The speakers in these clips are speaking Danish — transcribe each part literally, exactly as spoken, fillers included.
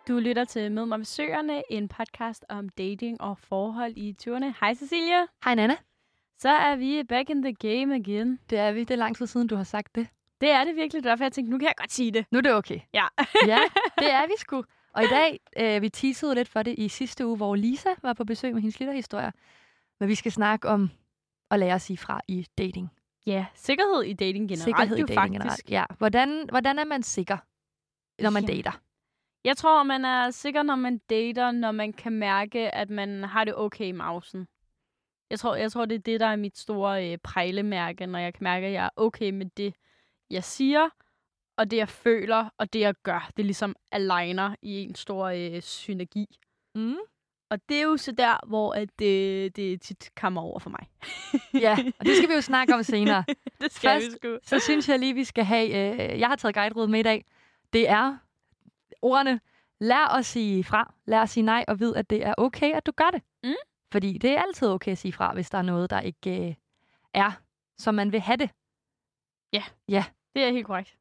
Du lytter til Mød mig ved Søerne, en podcast om dating og forhold i tyverne. Hej Cecilia. Hej Nana. Så er vi back in the game again. Det er vi. Det er lang tid siden, du har sagt det. Det er det virkelig. Derfor jeg tænkte, nu kan jeg godt sige det. Nu er det okay. Ja. Ja, det er vi sgu. Og i dag, øh, vi teasede lidt for det i sidste uge, hvor Lisa var på besøg med hendes lytterhistorier. Men vi skal snakke om at lære at sige fra i dating. Ja, sikkerhed i dating generelt. Sikkerhed i jo dating faktisk. generelt. Ja. Hvordan, hvordan er man sikker, når man Ja. dater? Jeg tror, man er sikker, når man dater, når man kan mærke, at man har det okay i mausen. Jeg tror, jeg tror, det er det, der er mit store øh, pejlemærke, når jeg kan mærke, at jeg er okay med det, jeg siger, og det, jeg føler, og det, jeg gør. Det er ligesom aligner i en stor øh, synergi. Mm. Og det er jo så der, hvor at det, det tit kommer over for mig. Ja, og det skal vi jo snakke om senere. Det skal Først, vi sgu. Så synes jeg lige, vi skal have... Øh, jeg har taget guideråd med i dag. Det er ordene, lær at sige fra, lær at sige nej, og vid, at det er okay, at du gør det. Mm. Fordi det er altid okay at sige fra, hvis der er noget, der ikke øh, er, som man vil have det. Ja, ja, det er helt korrekt.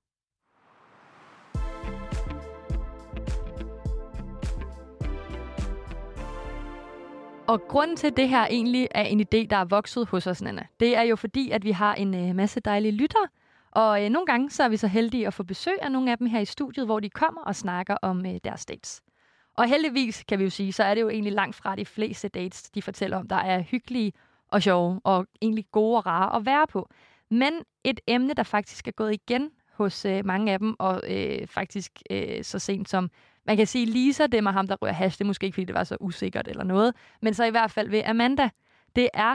Og grunden til, at det her egentlig er en idé, der er vokset hos os, Nana, det er jo fordi, at vi har en øh, masse dejlige lyttere. Og øh, nogle gange så er vi så heldige at få besøg af nogle af dem her i studiet, hvor de kommer og snakker om øh, deres dates. Og heldigvis, kan vi jo sige, så er det jo egentlig langt fra de fleste dates, de fortæller om, der er hyggelige og sjove og egentlig gode og rare at være på. Men et emne, der faktisk er gået igen hos øh, mange af dem, og øh, faktisk øh, så sent som, man kan sige Lisa, det er med ham, der rører hash, det er måske ikke, fordi det var så usikkert eller noget, men så i hvert fald ved Amanda, det er,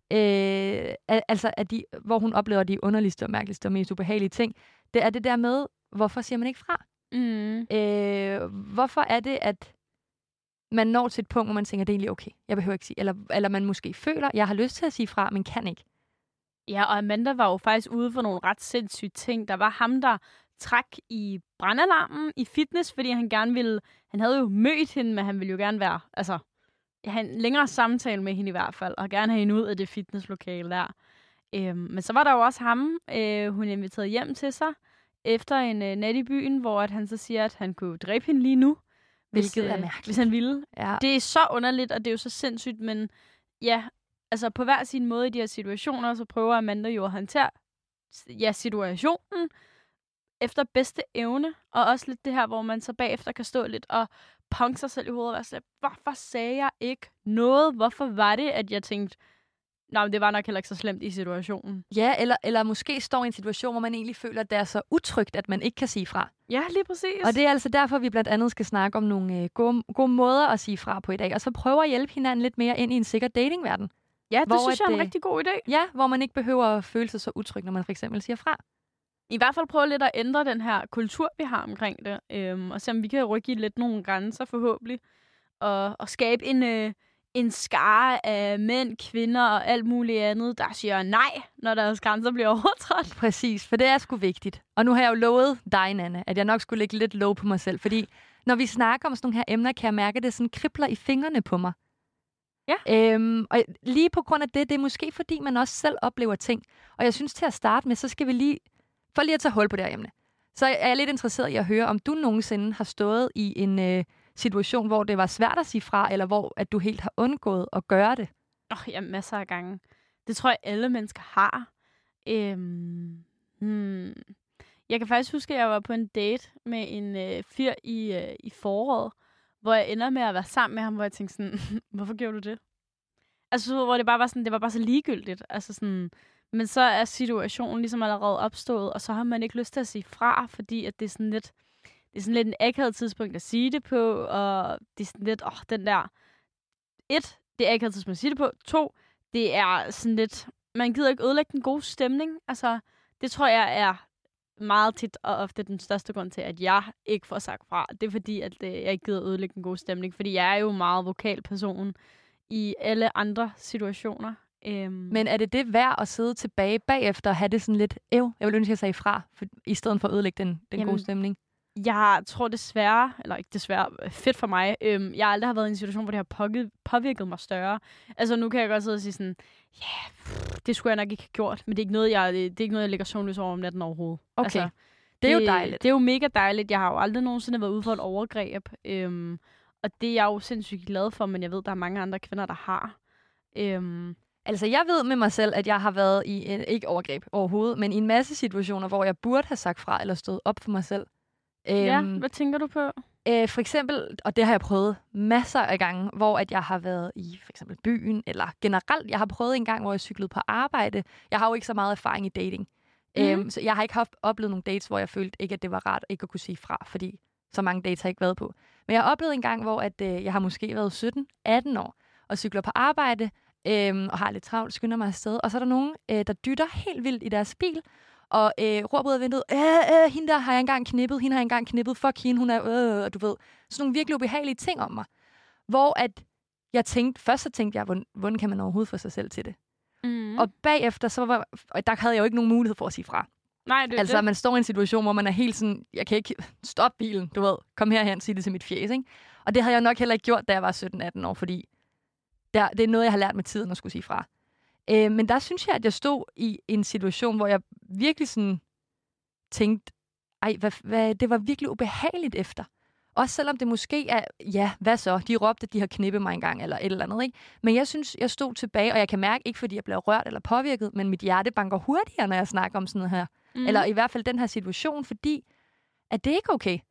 øh, altså, at de, hvor hun oplever de underligste og mærkeligste og mest ubehagelige ting, det er det der med, hvorfor siger man ikke fra? Mm. Øh, hvorfor er det, at man når til et punkt, hvor man tænker, det er egentlig okay, jeg behøver ikke sige, eller, eller man måske føler, jeg har lyst til at sige fra, men kan ikke. Ja, og Amanda var jo faktisk ude for nogle ret sindssyge ting. Der var ham, der trak i brandalarmen i fitness, fordi han gerne ville... Han havde jo mødt hende, men han ville jo gerne være... Altså, have en længere samtale med hende i hvert fald, og gerne have hende ud af det fitnesslokale der. Øhm, men så var der jo også ham, øh, hun inviterede hjem til sig, efter en øh, nat i byen, hvor at han så siger, at han kunne dræbe hende lige nu. Hvis, Hvilket er øh, mærkeligt. Hvis han ville. Ja. Det er så underligt, og det er jo så sindssygt, men ja... Altså på hver sin måde i de her situationer, så prøver Amanda jo at håndtere ja, situationen efter bedste evne. Og også lidt det her, hvor man så bagefter kan stå lidt og punke sig selv i hovedet og være sådan, hvorfor sagde jeg ikke noget? Hvorfor var det, at jeg tænkte, nej, det var nok heller ikke så slemt i situationen. Ja, eller, eller måske står i en situation, hvor man egentlig føler, at det er så utrygt, at man ikke kan sige fra. Ja, lige præcis. Og det er altså derfor, vi blandt andet skal snakke om nogle øh, gode, gode måder at sige fra på i dag. Og så prøve at hjælpe hinanden lidt mere ind i en sikker datingverden. Ja, det hvor synes jeg er en at, rigtig god idé. Ja, hvor man ikke behøver at føle sig så utryg, når man for eksempel siger fra. I hvert fald prøve lidt at ændre den her kultur, vi har omkring det. Øhm, og se om vi kan rykke i lidt nogle grænser forhåbentlig. Og, og skabe en, øh, en skare af mænd, kvinder og alt muligt andet, der siger nej, når deres grænser bliver overtrådt. Præcis, for det er sgu vigtigt. Og nu har jeg jo lovet dig, Nanna, at jeg nok skulle lægge lidt lov på mig selv. Fordi når vi snakker om sådan nogle her emner, kan jeg mærke, at det sådan kribler i fingrene på mig. Ja. Øhm, og lige på grund af det, det er måske fordi, man også selv oplever ting. Og jeg synes til at starte med, så skal vi lige, for lige at tage hul på det her emne, så er jeg lidt interesseret i at høre, om du nogensinde har stået i en øh, situation, hvor det var svært at sige fra, eller hvor at du helt har undgået at gøre det. Åh, oh, ja, masser af gange. Det tror jeg, alle mennesker har. Øhm, hmm. Jeg kan faktisk huske, at jeg var på en date med en øh, fyr i, øh, i foråret, hvor jeg ender med at være sammen med ham, hvor jeg tænkte sådan, hvorfor gjorde du det? Altså, hvor det bare var sådan, det var bare så ligegyldigt. Altså sådan, men så er situationen ligesom allerede opstået, og så har man ikke lyst til at sige fra, fordi at det er sådan lidt, det er sådan lidt en akavet tidspunkt at sige det på, og det er sådan lidt, åh, oh, den der, et, det er akavet tidspunkt at sige det på, to, det er sådan lidt, man gider ikke ødelægge den gode stemning. Altså, det tror jeg er meget tit og ofte den største grund til, at jeg ikke får sagt fra. Det er fordi, at øh, jeg ikke gider ødelægge den gode stemning, fordi jeg er jo meget vokal person i alle andre situationer. Øhm. Men er det det værd at sidde tilbage bagefter og have det sådan lidt, æv, jeg vil ønske, at jeg sagde fra, for, i stedet for at ødelægge den, den Jamen, gode stemning? Jeg tror desværre, eller ikke desværre, fedt for mig, øhm, jeg har aldrig har været i en situation, hvor det har påvirket, påvirket mig større. Altså nu kan jeg godt sidde og sige sådan, ja, yeah, det skulle jeg nok ikke have gjort, men det er ikke noget, jeg, det er ikke noget, jeg lægger søvnløs over om natten overhovedet. Okay. Altså, Det er jo dejligt. Det er jo mega dejligt. Jeg har jo aldrig nogensinde været ude for et overgreb. Øhm, og det er jeg jo sindssygt glad for, men jeg ved, der er mange andre kvinder, der har. Øhm, Altså, jeg ved med mig selv, at jeg har været i, en, ikke overgreb overhovedet, men i en masse situationer, hvor jeg burde have sagt fra eller stået op for mig selv. ja, Øhm, hvad tænker du på? øh, for eksempel, og det har jeg prøvet masser af gange, hvor at jeg har været i for eksempel byen, eller generelt, jeg har prøvet en gang, hvor jeg cyklede på arbejde. Jeg har jo ikke så meget erfaring i dating. Mm. Øhm, så jeg har ikke haft oplevet nogle dates, hvor jeg følte ikke, at det var rart ikke at kunne sige fra, fordi så mange dates har jeg ikke været på. Men jeg har oplevet en gang, hvor at, øh, jeg har måske været sytten atten år, og cykler på arbejde, Øhm, og har lidt travlt, skynder mig afsted. Og så er der nogen, øh, der dytter helt vildt i deres bil, og øh, råber ud af vinduet, øh, øh, hende der har jeg engang knippet, hende har jeg engang knippet, fuck hende, hun er, øh, og du ved, sådan nogle virkelig ubehagelige ting om mig. Hvor at jeg tænkte, først så tænkte jeg, hvordan, hvordan kan man overhovedet få sig selv til det? Mm. Og bagefter, så var, der havde jeg jo ikke nogen mulighed for at sige fra. Nej, det er altså, det. Man står i en situation, hvor man er helt sådan, jeg kan ikke stoppe bilen, du ved, kom herhen, sig det til mit fjes, ikke? Og det havde jeg nok heller ikke gjort, da jeg var sytten atten år, fordi Der, det er noget, jeg har lært med tiden at skulle sige fra. Øh, men der synes jeg, at jeg stod i en situation, hvor jeg virkelig sådan tænkte, ej, hvad, hvad, det var virkelig ubehageligt efter. Også selvom det måske er, ja, hvad så? De råbte, at de har knippet mig engang, eller et eller andet, ikke? Men jeg synes, jeg stod tilbage, og jeg kan mærke, ikke fordi jeg blev rørt eller påvirket, men mit hjerte banker hurtigere, når jeg snakker om sådan noget her. Mm. Eller i hvert fald den her situation, fordi at det ikke er okay.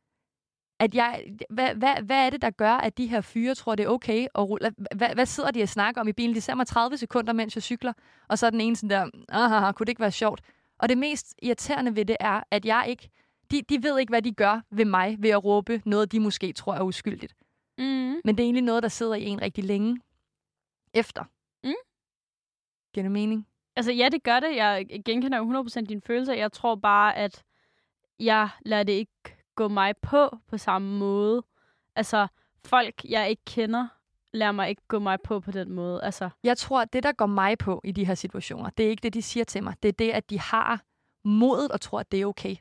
At jeg, hvad, hvad, hvad er det, der gør, at de her fyre tror, det er okay at rulle? Hvad, hvad sidder de og snakker om i bilen? De ser mig tredive sekunder, mens jeg cykler, og så er den ene sådan der, aha, kunne det ikke være sjovt? Og det mest irriterende ved det er, at jeg ikke, de, de ved ikke, hvad de gør ved mig, ved at råbe noget, de måske tror er uskyldigt. Mm. Men det er egentlig noget, der sidder i en rigtig længe efter. Mm. Giver det mening? Altså ja, det gør det. Jeg genkender jo hundrede procent dine følelser. Jeg tror bare, at jeg lader det ikke gå mig på på samme måde. Altså, folk, jeg ikke kender, lader mig ikke gå mig på på den måde. Altså. Jeg tror, at det, der går mig på i de her situationer, det er ikke det, de siger til mig. Det er det, at de har modet og tror, at det er okay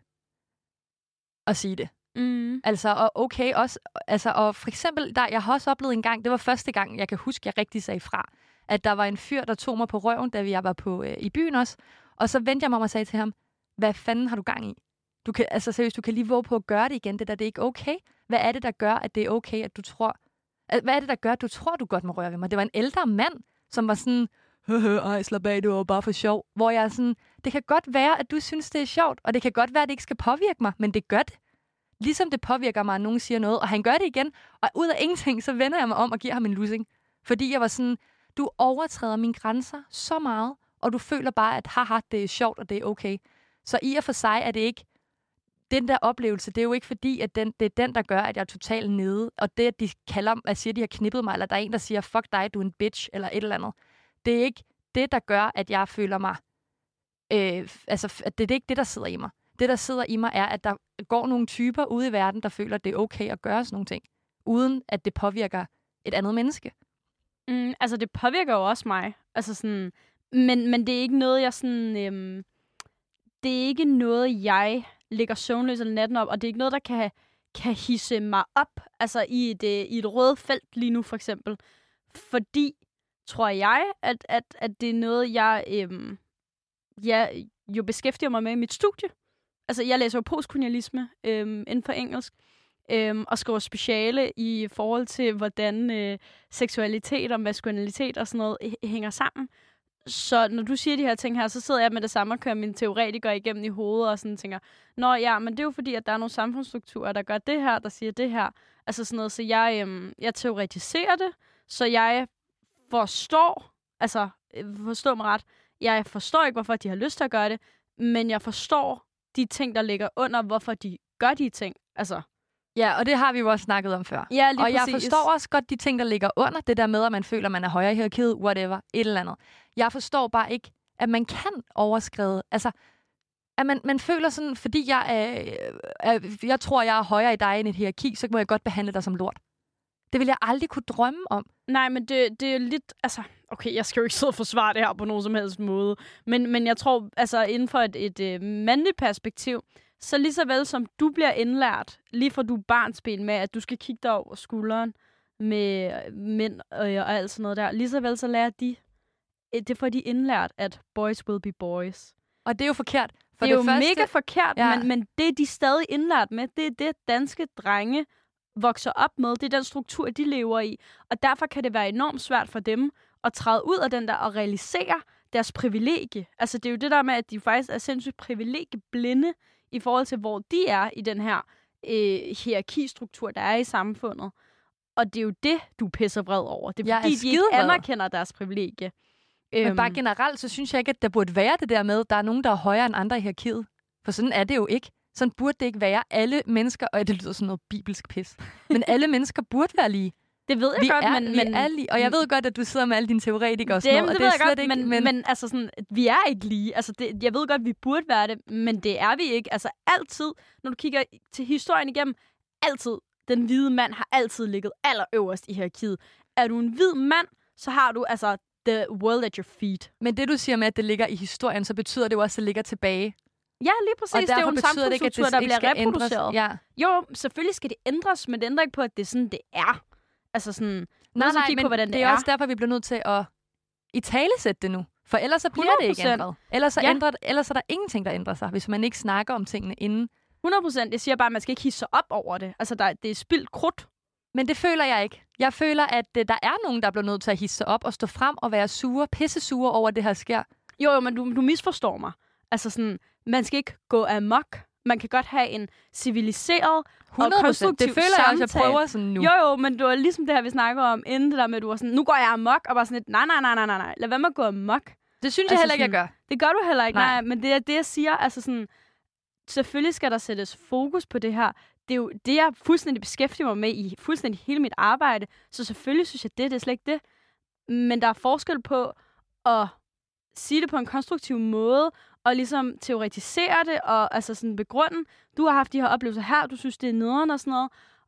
at sige det. Mm. Altså, og okay også, altså, og for eksempel, der, jeg har også oplevet en gang, det var første gang, jeg kan huske, jeg rigtig sagde fra, at der var en fyr, der tog mig på røven, da jeg var på, øh, i byen også, og så vendte jeg mig om og sagde til ham, hvad fanden har du gang i? Du kan, altså seriøst, du kan lige våge på at gøre det igen, det der, det er ikke okay. Hvad er det, der gør, at det er okay, at du tror, at, hvad er det, der gør, at du tror, du godt må røre ved mig? Det var en ældre mand, som var sådan, ej, slap af, det var bare for sjov. Hvor jeg er sådan, det kan godt være, at du synes, det er sjovt, og det kan godt være, at det ikke skal påvirke mig, men det gør det. Ligesom det påvirker mig, at nogen siger noget, og han gør det igen, og ud af ingenting, så vender jeg mig om og giver ham en lussing. Fordi jeg var sådan, du overtræder mine grænser så meget, og du føler bare, at haha, det er sjovt, og det er okay. Så i og for sig er det ikke, den der oplevelse, det er jo ikke fordi, at den, det er den, der gør, at jeg er totalt nede. Og det, at de kalder, at siger, at de har knippet mig, eller der er en, der siger, fuck dig, du er en bitch, eller et eller andet. Det er ikke det, der gør, at jeg føler mig, øh, altså, det er ikke det, der sidder i mig. Det, der sidder i mig, er, at der går nogle typer ude i verden, der føler, at det er okay at gøre sådan nogle ting, uden at det påvirker et andet menneske. Mm, altså, det påvirker jo også mig. Altså sådan, men, men det er ikke noget, jeg sådan, øhm, det er ikke noget, jeg ligger søvnløs eller natten op, og det er ikke noget, der kan, kan hisse mig op, altså i et, i et rødt felt lige nu, for eksempel. Fordi, tror jeg, at, at, at det er noget, jeg, øhm, jeg jo beskæftiger mig med i mit studie. Altså, jeg læser jo postkolonialisme øhm, inden for engelsk, øhm, og skriver speciale i forhold til, hvordan øh, seksualitet og maskulinitet og sådan noget h- hænger sammen. Så når du siger de her ting her, så sidder jeg med det samme og kører mine teoretikere igennem i hovedet og sådan tænker, nå ja, men det er jo fordi, at der er nogle samfundsstrukturer, der gør det her, der siger det her. Altså sådan noget, så jeg, øhm, jeg teoretiserer det, så jeg forstår, altså forstå mig ret, jeg forstår ikke, hvorfor de har lyst til at gøre det, men jeg forstår de ting, der ligger under, hvorfor de gør de ting. Altså. Ja, og det har vi jo også snakket om før. Ja, lige og præcis. Jeg forstår også godt de ting, der ligger under det der med, at man føler, at man er højere i hierarkiet, whatever, et eller andet. Jeg forstår bare ikke, at man kan overskride, altså, at man, man føler sådan, fordi jeg, er, øh, jeg tror, jeg er højere i dig end et hierarki, så må jeg godt behandle dig som lort. Det vil jeg aldrig kunne drømme om. Nej, men det, det er lidt, altså, okay, jeg skal jo ikke sidde og forsvare det her på nogen som helst måde, men, men jeg tror, altså, inden for et, et, et mandligt perspektiv, så lige så vel som du bliver indlært, lige fra du er barnsben med, at du skal kigge dig over skulderen med mænd og, og alt sådan noget der, lige så vel så lærer de, det får de indlært, at boys will be boys. Og det er jo forkert, det er det jo første... mega forkert, ja. men, men det er de stadig indlært med. Det er det, danske drenge vokser op med. Det er den struktur, de lever i. Og derfor kan det være enormt svært for dem at træde ud af den der og realisere deres privilegie. Altså, det er jo det der med, at de faktisk er sindssygt privilegieblinde i forhold til, hvor de er i den her øh, hierarkistruktur, der er i samfundet. Og det er jo det, du pisser vred over. Det er jeg fordi, er de ikke anerkender deres privilegie. Men øhm. bare generelt, så synes jeg ikke, at der burde være det der med, at der er nogen, der er højere end andre i hierarkiet. For sådan er det jo ikke. Sådan burde det ikke være. Alle mennesker, og det lyder sådan noget bibelsk pis, men alle mennesker burde være lige. Det ved jeg vi godt, er, men... Vi men, er lige, og jeg ved godt, at du sidder med alle dine teoretikere og sådan det, noget. Det, og det det ved er jeg godt, ikke, men, men... men altså sådan, vi er ikke lige. Altså, det, jeg ved godt, vi burde være det, men det er vi ikke. Altså altid, når du kigger til historien igennem, altid, den hvide mand har altid ligget allerøverst i hierarkiet. Er du en hvid mand, så har du altså the world at your feet. Men det, du siger med, at det ligger i historien, så betyder det jo også, at det ligger tilbage. Ja, lige præcis. Det er jo en samfundsstruktur, der bliver reproduceret. Ja. Jo, selvfølgelig skal det ændres, men det ændrer ikke på, at det er sådan, det er. Altså sådan... Nej, nej, men på, det, det er, er også derfor, vi bliver nødt til at italesætte det nu. For ellers så bliver hundrede procent. Det ikke ændret. Ellers, så ja. ændret, ellers er der ingenting, der ændrer sig, hvis man ikke snakker om tingene inden. hundrede procent. Jeg siger bare, at man skal ikke hisse sig op over det. Altså, der, det er spildt krudt. Men det føler jeg ikke. Jeg føler, at uh, der er nogen, der bliver nødt til at hisse sig op og stå frem og være sure, pisse sure over, det her sker. Jo, jo, men du, du misforstår mig. Altså sådan, man skal ikke gå amok. Man kan godt have en civiliseret og konstruktiv det føler samtale. Jeg også, jeg prøver sådan nu. Jo, jo, men det var ligesom det her, vi snakker om inden det der med, at du var sådan, nu går jeg amok, og bare sådan lidt, nej, nej, nej, nej, nej, nej. Lad være med at gå amok. Det synes altså jeg heller ikke, sådan, jeg gør. Det gør du heller ikke, nej. nej. Men det er det, jeg siger, altså sådan, selvfølgelig skal der sættes fokus på det her. Det er jo det, jeg fuldstændig beskæftiger mig med i fuldstændig hele mit arbejde. Så selvfølgelig synes jeg det, det er slet ikke det. Men der er forskel på at sige det på en konstruktiv måde, og ligesom teoretisere det, og altså sådan begrunde, du har haft de her oplevelser her, du synes, det er nederen og sådan noget,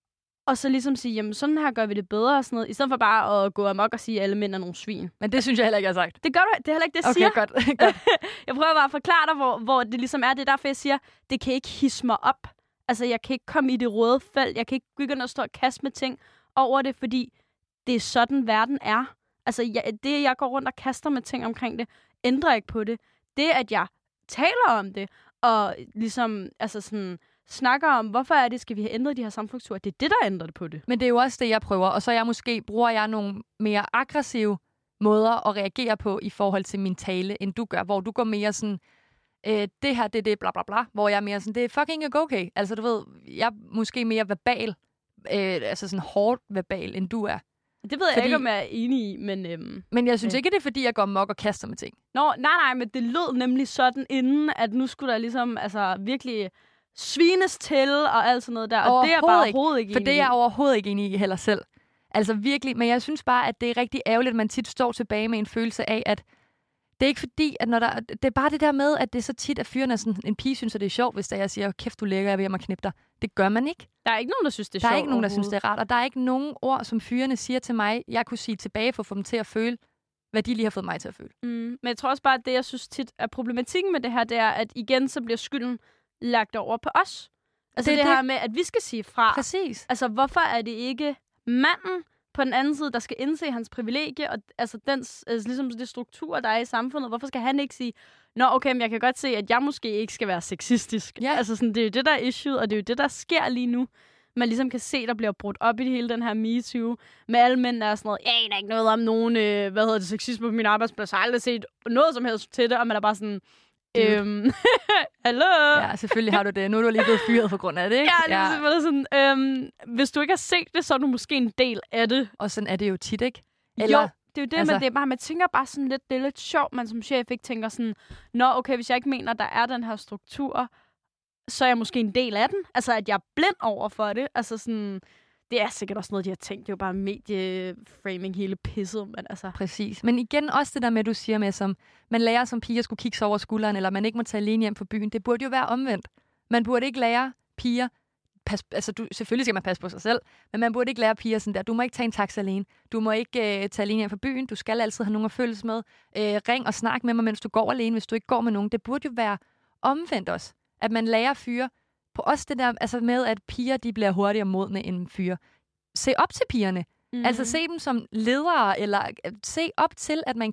og så ligesom sige, jamen sådan her gør vi det bedre og sådan noget, i stedet for bare at gå amok og sige, at alle mænd er nogle svin. Men det synes jeg heller ikke, jeg har sagt. Det gør du, det er heller ikke det, jeg okay, siger. Okay, godt. godt. Jeg prøver bare at forklare dig, hvor, hvor det ligesom er. Det er derfor, jeg siger, det kan ikke hisse mig op. Altså, jeg kan ikke komme i det røde felt. Jeg kan ikke begynde at stå og kaste med ting over det, fordi det er sådan, verden er. Altså, jeg, det, jeg går rundt og kaster med ting omkring det, ændrer ikke på det. Det, at jeg taler om det, og ligesom, altså sådan, snakker om, hvorfor er det, skal vi have ændret de her samfundsstrukturer, det er det, der ændrer det på det. Men det er jo også det, jeg prøver, og så jeg måske bruger jeg nogle mere aggressive måder at reagere på i forhold til min tale, end du gør, hvor du går mere sådan, øh, det her, det er det, bla bla bla, hvor jeg er mere sådan, det er fucking ikke okay. Altså du ved, jeg er måske mere verbal, øh, altså sådan hårdt verbal, end du er. Det ved jeg fordi... ikke, om jeg er enig i, men... Øhm, men jeg synes øh. ikke, det er fordi, jeg går mok og kaster med ting. Nå, nej, nej, men det lød nemlig sådan inden, at nu skulle der ligesom altså virkelig svines til og alt sådan noget der. Og det er jeg bare overhovedet ikke enig i. For det er jeg overhovedet ikke enig i heller selv. Altså virkelig, men jeg synes bare, at det er rigtig ærgerligt, at man tit står tilbage med en følelse af, at det er ikke fordi, at når der... Det er bare det der med, at det er så tit, at fyrene er sådan, en pige synes, at det er sjovt, hvis der jeg siger, kæft, du lækker, jeg vil hjem og knippe dig. Det gør man ikke. Der er ikke nogen, der synes, det er sjovt. Der er ikke nogen, der synes, det er rart. Og der er ikke nogen ord, som fyrene siger til mig, jeg kunne sige tilbage for at få dem til at føle, hvad de lige har fået mig til at føle. Mm, men jeg tror også bare, at det, jeg synes tit er problematikken med det her, det er, at igen, så bliver skylden lagt over på os. Altså det, det, det her med, at vi skal sige fra. Præcis. Altså, hvorfor er det ikke manden på den anden side, der skal indse hans privilegie, og altså, den, altså ligesom det struktur, der er i samfundet, hvorfor skal han ikke sige, nå, okay, men jeg kan godt se, at jeg måske ikke skal være sexistisk. Ja. Altså, sådan, det er jo det, der er issue, og det er jo det, der sker lige nu. Man ligesom kan se, der bliver brudt op i det hele den her MeToo, med alle mænd, der er sådan noget, ja, der er ikke noget om nogen, øh, hvad hedder det, sexisme på min arbejdsplads, jeg har aldrig set noget som helst til det, og man er bare sådan, øhm, hallo? Ja, selvfølgelig har du det. Nu er du lige blevet fyret på grund af det, ikke? Ja, det er ja. simpelthen sådan, øhm, hvis du ikke har set det, så er du måske en del af det. Og sådan er det jo tit, ikke? Eller, jo, det er jo det, altså... men det er bare, man tænker bare sådan lidt, det er lidt sjovt, man som chef ikke tænker sådan, nå, okay, hvis jeg ikke mener, der er den her struktur, så er jeg måske en del af den. Altså, at jeg er blind over for det. Altså sådan, det er sikkert også noget, de har tænkt. Det er jo bare medieframing, hele pisset. Men altså. Præcis. Men igen, også det der med, du siger med, som man lærer som piger skulle kigge sig over skulderen, eller man ikke må tage alene hjem fra byen. Det burde jo være omvendt. Man burde ikke lære piger, pas, altså du, selvfølgelig skal man passe på sig selv, men man burde ikke lære piger sådan der, du må ikke tage en taxa alene. Du må ikke øh, tage alene hjem fra byen. Du skal altid have nogen at følges med. Øh, ring og snak med mig, mens du går alene, hvis du ikke går med nogen. Det burde jo være omvendt også. At man lærer fyre på også det der, altså med, at piger, de bliver hurtigere modne end fyre. Se op til pigerne. Mm. Altså se dem som ledere, eller se op til, at man kan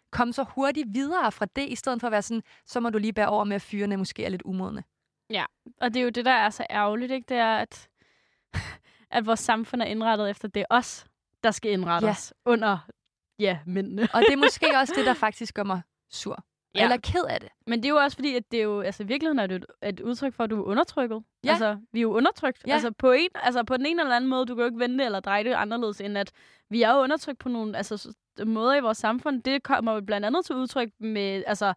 komme så hurtigt videre fra det, i stedet for at være sådan, så må du lige bære over med, at fyrene måske er lidt umodne. Ja, og det er jo det, der er så ærgerligt, ikke? Det er, at, at vores samfund er indrettet efter det. Os, der skal indrettes ja. under ja, mændene. Og det er måske også det, der faktisk gør mig sur. Ja. Eller ked af det. Men det er jo også fordi, at det er jo, altså i virkeligheden er det et udtryk for, at du er undertrykket. Ja. Altså, vi er jo undertrykt. Ja. Altså, på en, altså på den ene eller anden måde, du kan jo ikke vende eller dreje det anderledes, end at vi er jo undertrykt på nogle altså, måder i vores samfund. Det kommer jo blandt andet til udtryk med altså,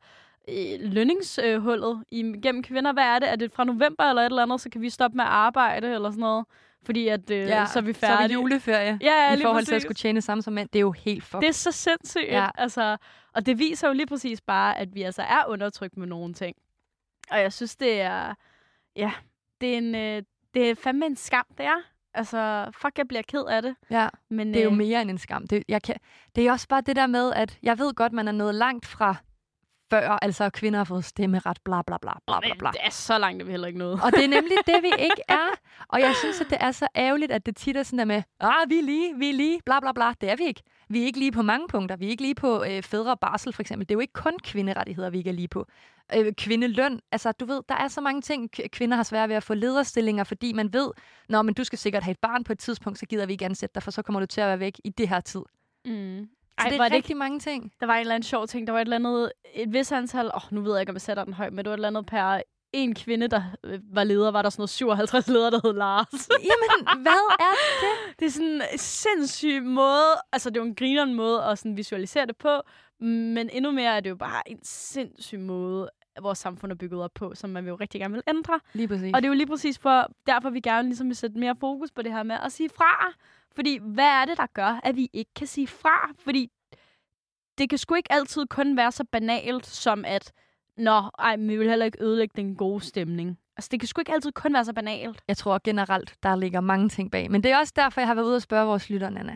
lønningshullet igennem kvinder. Hvad er det? Er det fra november eller et eller andet, så kan vi stoppe med at arbejde eller sådan noget? Fordi at, øh, ja, så er vi færdige. Så er vi juleferie ja, ja, i forhold præcis. til at skulle tjene samme som mænd. Det er jo helt fucked. Det er så sindssygt. Ja. Altså, og det viser jo lige præcis bare, at vi altså er undertrykt med nogle ting. Og jeg synes, det er... Ja, det er, en, øh, det er fandme en skam, det er. Altså, fuck, jeg bliver ked af det. Ja, men, det er jo øh, mere end en skam. Det, jeg kan, det er også bare det der med, at jeg ved godt, man er nået langt fra før, altså kvinder har fået stemmeret, bla bla bla, bla bla bla. Det er så langt, at vi heller ikke noget. Og det er nemlig det, vi ikke er. Og jeg synes, at det er så ærgerligt, at det tit er sådan der med, ah, vi er lige, vi er lige, bla bla bla. Det er vi ikke. Vi er ikke lige på mange punkter. Vi er ikke lige på øh, fædre og barsel, for eksempel. Det er jo ikke kun kvinderettigheder, vi ikke er lige på. Øh, kvindeløn. Altså, du ved, der er så mange ting, kvinder har svært ved at få lederstillinger, fordi man ved, nå, men du skal sikkert have et barn på et tidspunkt, så gider vi ikke ansætte dig, for så kommer du til at være væk i det her tid. Mm. Så Ej, det er rigtig det mange ting. Der var en eller anden sjov ting. Der var et eller andet, et vis antal, åh, oh, nu ved jeg ikke, om jeg sætter den højt, men det var et eller andet per en kvinde, der var leder, var der sådan noget syvoghalvtreds ledere, der hed Lars. Jamen, hvad er det? Det er sådan en sindssyg måde, altså det er jo en grineren måde at sådan visualisere det på, men endnu mere er det jo bare en sindssyg måde, vores samfund er bygget op på, som man vil jo rigtig gerne vil ændre. Lige præcis. Og det er jo lige præcis for, derfor vi gerne ligesom vil sætte mere fokus på det her med at sige fra. Fordi hvad er det, der gør, at vi ikke kan sige fra? Fordi det kan sgu ikke altid kun være så banalt, som at, nå, ej, men vi vil heller ikke ødelægge den gode stemning. Altså, det kan sgu ikke altid kun være så banalt. Jeg tror generelt, der ligger mange ting bag. Men det er også derfor, jeg har været ude og spørge vores lytter, Nanna.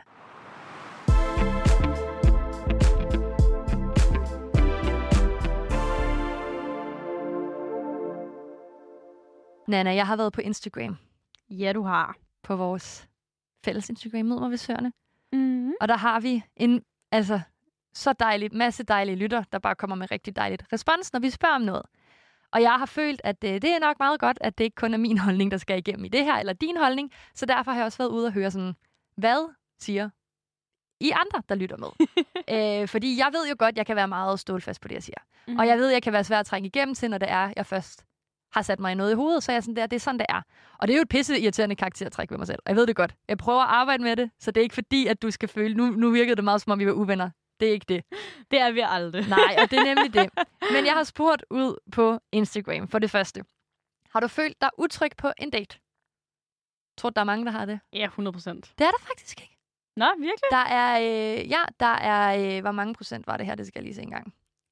Nanna, jeg har været på Instagram. Ja, du har. På vores fælles Instagram, Mød mig ved Søerne. Mm-hmm. Og der har vi en, altså, så dejlig, masse dejlige lytter, der bare kommer med rigtig dejligt respons, når vi spørger om noget. Og jeg har følt, at øh, det er nok meget godt, at det ikke kun er min holdning, der skal igennem i det her, eller din holdning. Så derfor har jeg også været ude og høre sådan, hvad siger I andre, der lytter med? øh, fordi jeg ved jo godt, jeg kan være meget stålfast på det, jeg siger. Mm-hmm. Og jeg ved, jeg kan være svær at trænge igennem til, når det er, jeg først har sat mig i noget i hovedet, så er jeg sådan der, det er sådan, det er. Og det er jo et pisse irriterende karaktertræk ved mig selv. Og jeg ved det godt. Jeg prøver at arbejde med det, så det er ikke fordi, at du skal føle, nu, nu virkede det meget, som om vi var uvenner. Det er ikke det. Det er vi aldrig. Nej, og det er nemlig det. Men jeg har spurgt ud på Instagram for det første. Har du følt dig utryg på en date? Tror du, der er mange, der har det? Ja, hundrede procent. Det er der faktisk ikke. Nå, virkelig? Der er, øh, ja, der er, øh, hvor mange procent var det her? Det skal jeg lige se engang.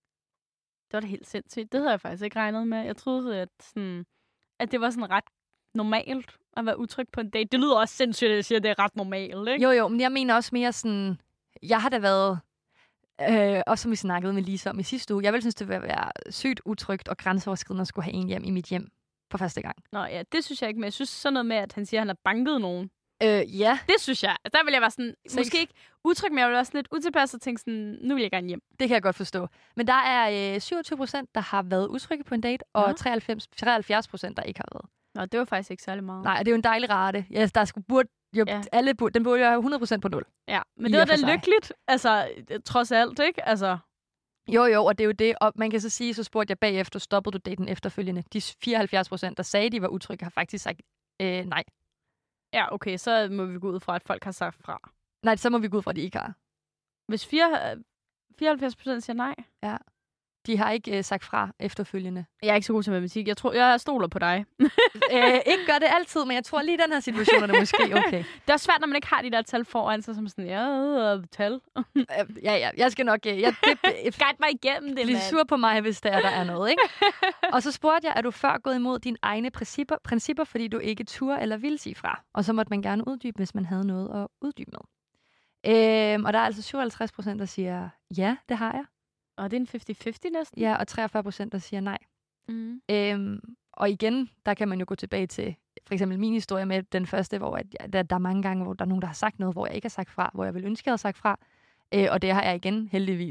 Det var da helt sindssygt. Det havde jeg faktisk ikke regnet med. Jeg troede, at, sådan, at det var sådan ret normalt at være utryg på en date. Det lyder også sindssygt, at jeg siger, at det er ret normalt, ikke? Jo, jo, men jeg mener også mere sådan... Jeg har da været... Øh, også som vi snakkede med Lisa om i sidste uge. Jeg ville synes, det ville være sygt utrygt og grænseoverskridende at skulle have en hjem i mit hjem for første gang. Nå ja, det synes jeg ikke, men jeg synes sådan noget med, at han siger, at han har banket nogen. Øh, ja. Det synes jeg. Der vil jeg være sådan, Seks. måske ikke utryg, men jeg vil være sådan lidt utilpasset og tænke sådan, nu vil jeg gerne hjem. Det kan jeg godt forstå. Men der er øh, syvogtyve procent, der har været utrygge på en date, og ja. treoghalvfjerds procent, der ikke har været. Nå, det var faktisk ikke særlig meget. Nej, det er jo en dejlig rate. Ja, der skulle, burde, jo, ja. alle burde, den burde jo have hundrede procent på nul. Ja, men det var da lykkeligt, altså, trods alt, ikke? Altså... Jo, jo, og det er jo det. Og man kan så sige, så spurgte jeg bagefter, stoppede du daten efterfølgende? De fireoghalvfjerds procent, der sagde, de var utrygge, har faktisk sagt øh, nej. Ja, okay, så må vi gå ud fra, at folk har sagt fra. Nej, så må vi gå ud fra, at de ikke har. Hvis fireoghalvfjerds procent siger nej? Ja. De har ikke øh, sagt fra efterfølgende. Jeg er ikke så god til matematik. Jeg tror, jeg stoler på dig. Æ, ikke gør det altid, men jeg tror lige i den her situation er det måske okay. Det er også svært, når man ikke har de der tal foran sig, som sådan, ja, øh, tal. ja, ja, jeg skal nok... Øh, jeg, det, Guide mig igennem det, mand. Bliv sur på mig, hvis der er, der er noget, ikke? Og så spurgte jeg, er du før gået imod dine egne principper, principper, fordi du ikke turde eller ville sige fra? Og så måtte man gerne uddybe, hvis man havde noget at uddybe med. Æm, og der er altså syvoghalvtreds procent, der siger, ja, det har jeg. Og det er en halvtreds halvtreds næsten? Ja, og treogfyrre procent, der siger nej. Mm. Øhm, og igen, der kan man jo gå tilbage til for eksempel min historie med den første, hvor at, ja, der, der er mange gange, hvor der er nogen, der har sagt noget, hvor jeg ikke har sagt fra, hvor jeg vil ønske, jeg havde sagt fra. Øh, og det har jeg igen heldigvis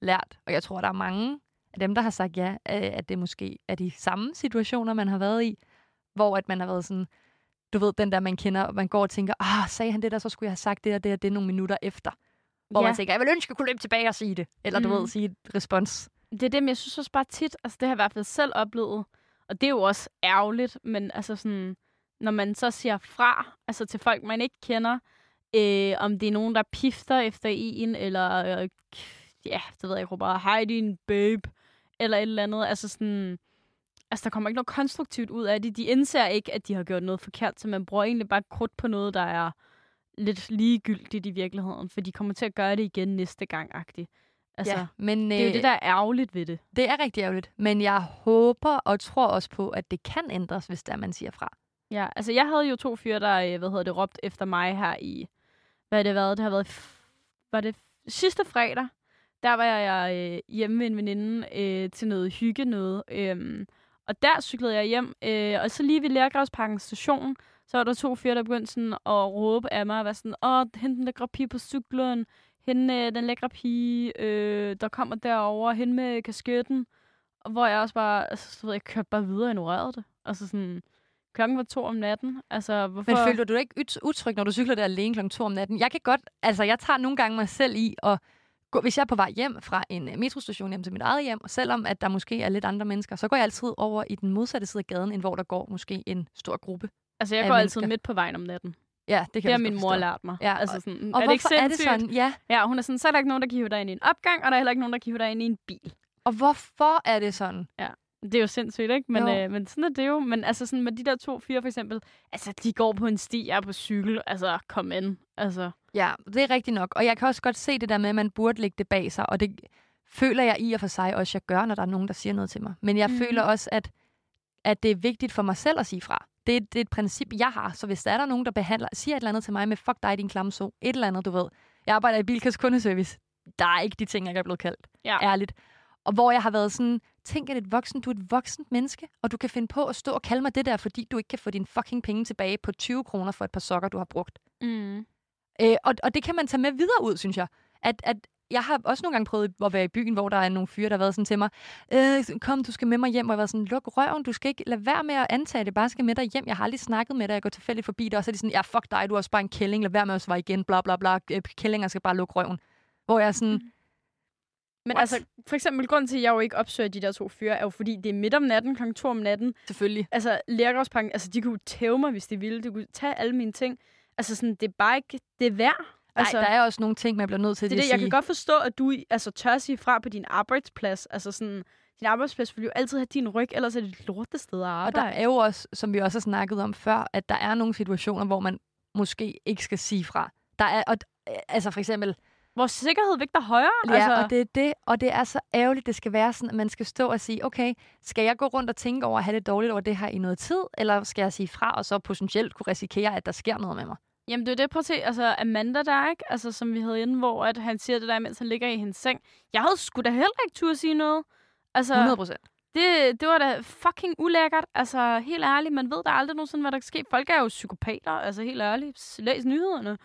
lært. Og jeg tror, der er mange af dem, der har sagt ja, at det måske er de samme situationer, man har været i, hvor at man har været sådan, du ved, den der, man kender, og man går og tænker, ah, sagde han det der, så skulle jeg have sagt det og det og det nogle minutter efter. Hvor ja. man tænker, jeg vil ønske, at jeg kunne løbe tilbage og sige det. Eller mm. du ved, sige et respons. Det er det, men jeg synes også bare tit, altså det har jeg i hvert fald selv oplevet, og det er jo også ærgerligt, men altså sådan, når man så siger fra, altså til folk, man ikke kender, øh, om det er nogen, der pifter efter en, eller øh, ja, det ved jeg ikke, bare, hej din babe, eller et eller andet, altså sådan, altså der kommer ikke noget konstruktivt ud af det. De indser ikke, at de har gjort noget forkert, så man bruger egentlig bare krudt på noget, der er lidt ligegyldigt i virkeligheden, for de kommer til at gøre det igen næste gang-agtigt. Altså, ja, men, det er jo det, der er ærgerligt ved det. Det er rigtig ærgerligt, men jeg håber og tror også på, at det kan ændres, hvis der man siger fra. Ja, altså jeg havde jo to fyre, der, hvad hedder det, råbt efter mig her i, hvad har det været? Det har været, var det sidste fredag, der var jeg øh, hjemme med en veninde øh, til noget hygge noget, øh, og der cyklede jeg hjem, øh, og så lige ved Lergravsparken station, så var der to fyre, der begyndte sådan at råbe af mig, og var sådan, åh, hende den lækre pige på cyklen, hende øh, den lækre pige, øh, der kommer derover, hende med kasketten, og hvor jeg også bare, altså, så ved jeg, kørte bare videre og ignorerede det. Altså sådan, klokken var to om natten. Altså, hvorfor? Men føler du dig ikke utryg, når du cykler der alene klokken to om natten? Jeg kan godt, altså jeg tager nogle gange mig selv i at gå, hvis jeg er på vej hjem fra en metrostation hjem til mit eget hjem, og selvom at der måske er lidt andre mennesker, så går jeg altid over i den modsatte side af gaden, end hvor der går måske en stor gruppe. Altså jeg går altid midt på vejen om natten. Ja, det kan det har min mor lært mig. Ja, altså sådan, og er hvorfor det ikke er det sådan? Ja. Ja, hun er sådan, så er der ikke nogen, der kan hive dig ind i en opgang, og der er heller ikke nogen, der kan hive dig ind i en bil. Og hvorfor er det sådan? Ja, det er jo sindssygt, ikke? Men, øh, men sådan er det jo. Men altså sådan med de der to fyre for eksempel, altså de går på en sti, jeg er på cykel, altså kom ind. Altså. Ja, det er rigtigt nok. Og jeg kan også godt se det der med, at man burde lægge det bag sig, og det føler jeg i og for sig også, jeg gør, når der er nogen, der siger noget til mig. Men jeg mm. føler også, at, at det er vigtigt for mig selv at sige fra. Det er, det er et princip, jeg har. Så hvis der er der nogen, der behandler, siger et eller andet til mig med, fuck dig, din klamme so, et eller andet, du ved. Jeg arbejder i Bilkas kundeservice. Der er ikke de ting, jeg er blevet kaldt. Ja. Ærligt. Og hvor jeg har været sådan, tænk, at et voksen, du er et voksent menneske, og du kan finde på at stå og kalde mig det der, fordi du ikke kan få dine fucking penge tilbage på tyve kroner for et par sokker, du har brugt. Mm. Øh, og, og det kan man tage med videre ud, synes jeg. At, at jeg har også nogle gange prøvet at være i byen, hvor der er nogle fyre, der har været sådan til mig, øh, kom, du skal med mig hjem, og jeg har været sådan, luk røven, du skal ikke lade være med at antage det, bare skal med dig hjem. Jeg har aldrig snakket med dig, jeg går tilfældigt forbi dig, og så er de sådan, ja, fuck dig, du er også bare en kælling, lad være med at svare igen, bla bla bla, kællinger skal bare lukke røven. Hvor jeg er sådan, mm. Men What? altså, for eksempel, grunden til, at jeg jo ikke opsøger de der to fyre, er jo fordi, det er midt om natten, klokken to om natten. Selvfølgelig. Altså, Lergravsparken, altså, de kunne tæve mig, hvis de ville. De kunne tage alle mine ting. Altså, sådan, det er bare ikke, det er værd. Nej, altså, der er også nogle ting, man bliver nødt til det at det, sige. Jeg kan godt forstå, at du altså, tør sige fra på din arbejdsplads. Altså sådan, din arbejdsplads vil jo altid have din ryg, ellers er det et lortested at arbejde. Og der er jo også, som vi også har snakket om før, at der er nogle situationer, hvor man måske ikke skal sige fra. Der er, og, altså for eksempel, vores sikkerhed vægter højere. Ja, altså. og det er det, og det er så ærgerligt, det skal være sådan, at man skal stå og sige, okay, skal jeg gå rundt og tænke over at have det dårligt over det her i noget tid, eller skal jeg sige fra, og så potentielt kunne risikere, at der sker noget med mig? Jamen, det er det, prøv at se. Altså, Amanda der, ikke? Altså, som vi havde inde, hvor at han siger det der, mens han ligger i hendes seng. Jeg havde sgu da heller ikke turde sige noget. Altså, hundrede procent. Det, det var da fucking ulækkert. Altså, helt ærligt, man ved da aldrig nogensinde, hvad der kan ske. Folk er jo psykopater, altså helt ærligt. Læs nyhederne.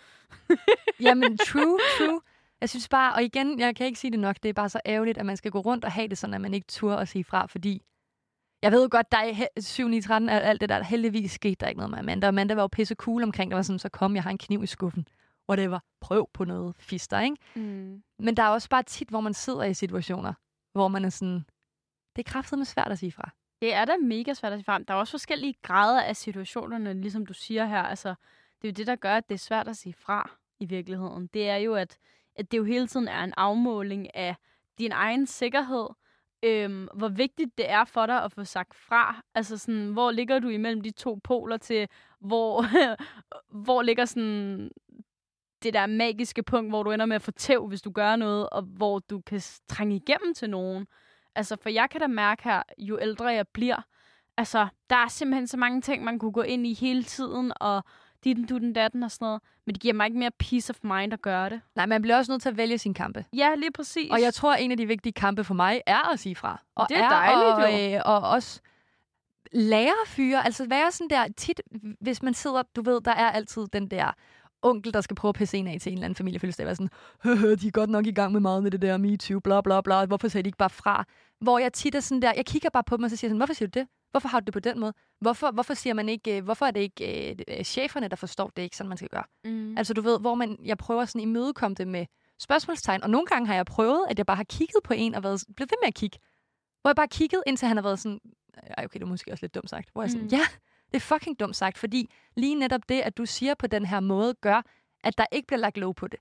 Jamen, true, true. Jeg synes bare, og igen, jeg kan ikke sige det nok, det er bare så ærgerligt, at man skal gå rundt og have det sådan, at man ikke turde at sige fra, fordi jeg ved jo godt, der er syv ni tretten og alt det der, heldigvis skete der ikke noget med Amanda. Amanda var jo pisse cool omkring, der var sådan, så kom, jeg har en kniv i skuffen. Whatever. Prøv på noget fister, ikke? Mm. Men der er også bare tit, hvor man sidder i situationer, hvor man er sådan, det er kraftedeme svært at sige fra. Det er da mega svært at sige fra. Der er også forskellige grader af situationerne, ligesom du siger her. Altså, det er jo det, der gør, at det er svært at sige fra i virkeligheden. Det er jo, at, at det jo hele tiden er en afmåling af din egen sikkerhed, Øhm, hvor vigtigt det er for dig at få sagt fra. Altså sådan, hvor ligger du imellem de to poler til, hvor, hvor ligger sådan det der magiske punkt, hvor du ender med at få tæv, hvis du gør noget, og hvor du kan trænge igennem til nogen. Altså, for jeg kan da mærke her, jo ældre jeg bliver, altså, der er simpelthen så mange ting, man kunne gå ind i hele tiden, og ditten, dutten, datten og sådan noget. Men det giver mig ikke mere peace of mind at gøre det. Nej, man bliver også nødt til at vælge sin kampe. Ja, lige præcis. Og jeg tror, at en af de vigtige kampe for mig er at sige fra. Og det er, er dejligt, og, øh, og også lære fyre. Altså være sådan der tit, hvis man sidder, du ved, der er altid den der, onkel, der skal prøve at pisse en af til en eller anden familiefødselsdag, var sådan, høhø, de er godt nok i gang med meget med det der MeToo, bla bla bla, hvorfor siger de ikke bare fra? Hvor jeg tit er sådan der, jeg kigger bare på dem, og så siger sådan, hvorfor siger du det? Hvorfor har du det på den måde? Hvorfor, hvorfor siger man ikke, hvorfor er det ikke øh, cheferne, der forstår det ikke, sådan man skal gøre? Mm. Altså du ved, hvor man, jeg prøver sådan at imødekomme det med spørgsmålstegn, og nogle gange har jeg prøvet, at jeg bare har kigget på en og været, blevet ved med at kigge. Hvor jeg bare kiggede, indtil han har været sådan, ej okay, det er måske også lidt dumt sagt. Hvor jeg sådan, mm. ja, det er fucking dumt sagt, fordi lige netop det, at du siger på den her måde, gør, at der ikke bliver lagt lov på det.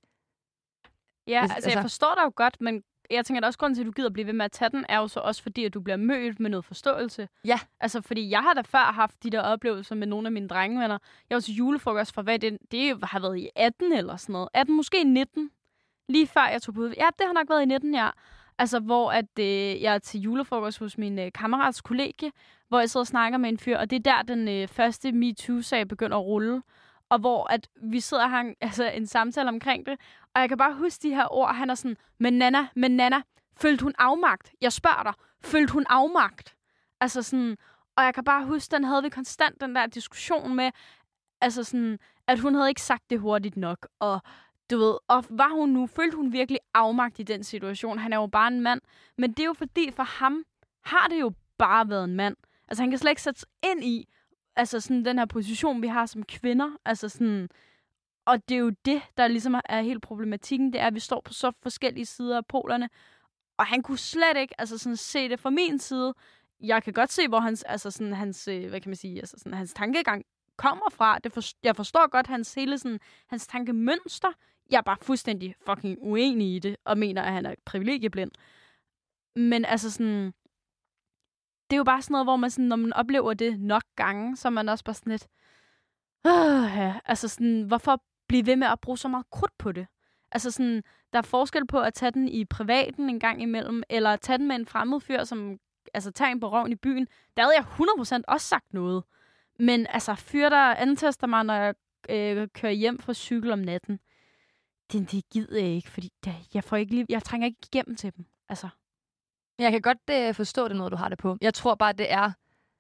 Ja, altså, altså jeg forstår dig jo godt, men jeg tænker, at også grunden til, at du gider blive ved med at tage den, er jo så også fordi, at du bliver mødt med noget forståelse. Ja. Altså, fordi jeg har da før haft de der oplevelser med nogle af mine drengevenner. Jeg var til julefrokost for, hvad det, det har været i atten eller sådan noget. atten, måske nitten. Lige før jeg tog på ud. Ja, det har nok været i nitten, ja. Altså, hvor at, øh, jeg er til julefrokost hos min øh, kammerats kollega, hvor jeg sidder og snakker med en fyr, og det er der, den øh, første MeToo-sag begynder at rulle. Og hvor at vi sidder og har altså, en samtale omkring det, og jeg kan bare huske de her ord, han er sådan, men Nana, men Nana, følte hun afmagt? Jeg spørger dig, følte hun afmagt? Altså sådan, og jeg kan bare huske, den havde vi konstant, den der diskussion med, altså sådan, at hun havde ikke sagt det hurtigt nok, og du ved, og var hun nu, følte hun virkelig afmagt i den situation? Han er jo bare en mand, men det er jo fordi, for ham har det jo bare været en mand. Altså han kan slet ikke sætte sig ind i, altså sådan den her position, vi har som kvinder, altså sådan, og det er jo det, der ligesom er helt problematikken, det er, at vi står på så forskellige sider af polerne, og han kunne slet ikke, altså sådan se det fra min side. Jeg kan godt se, hvor hans, altså sådan hans, hvad kan man sige, altså sådan hans tankegang kommer fra. Det for, jeg forstår godt hans hele sådan, hans tankemønster. Jeg er bare fuldstændig fucking uenig i det, og mener, at han er privilegieblind. Men altså sådan, det er jo bare sådan noget, hvor man sådan, når man oplever det nok gange, så er man også bare sådan lidt, øh, ja. Altså sådan, hvorfor blive ved med at bruge så meget krudt på det? Altså sådan, der er forskel på at tage den i privaten en gang imellem, eller at tage den med en fremmed fyr, som altså tager en på røven i byen. Der havde jeg hundrede procent også sagt noget. Men altså, fyr der antester mig, når jeg øh, kører hjem fra cykel om natten. Det, det gider jeg ikke, fordi det, jeg, får ikke lige, jeg trænger ikke igennem til dem. Altså. Jeg kan godt øh, forstå det, noget du har det på. Jeg tror bare, det er,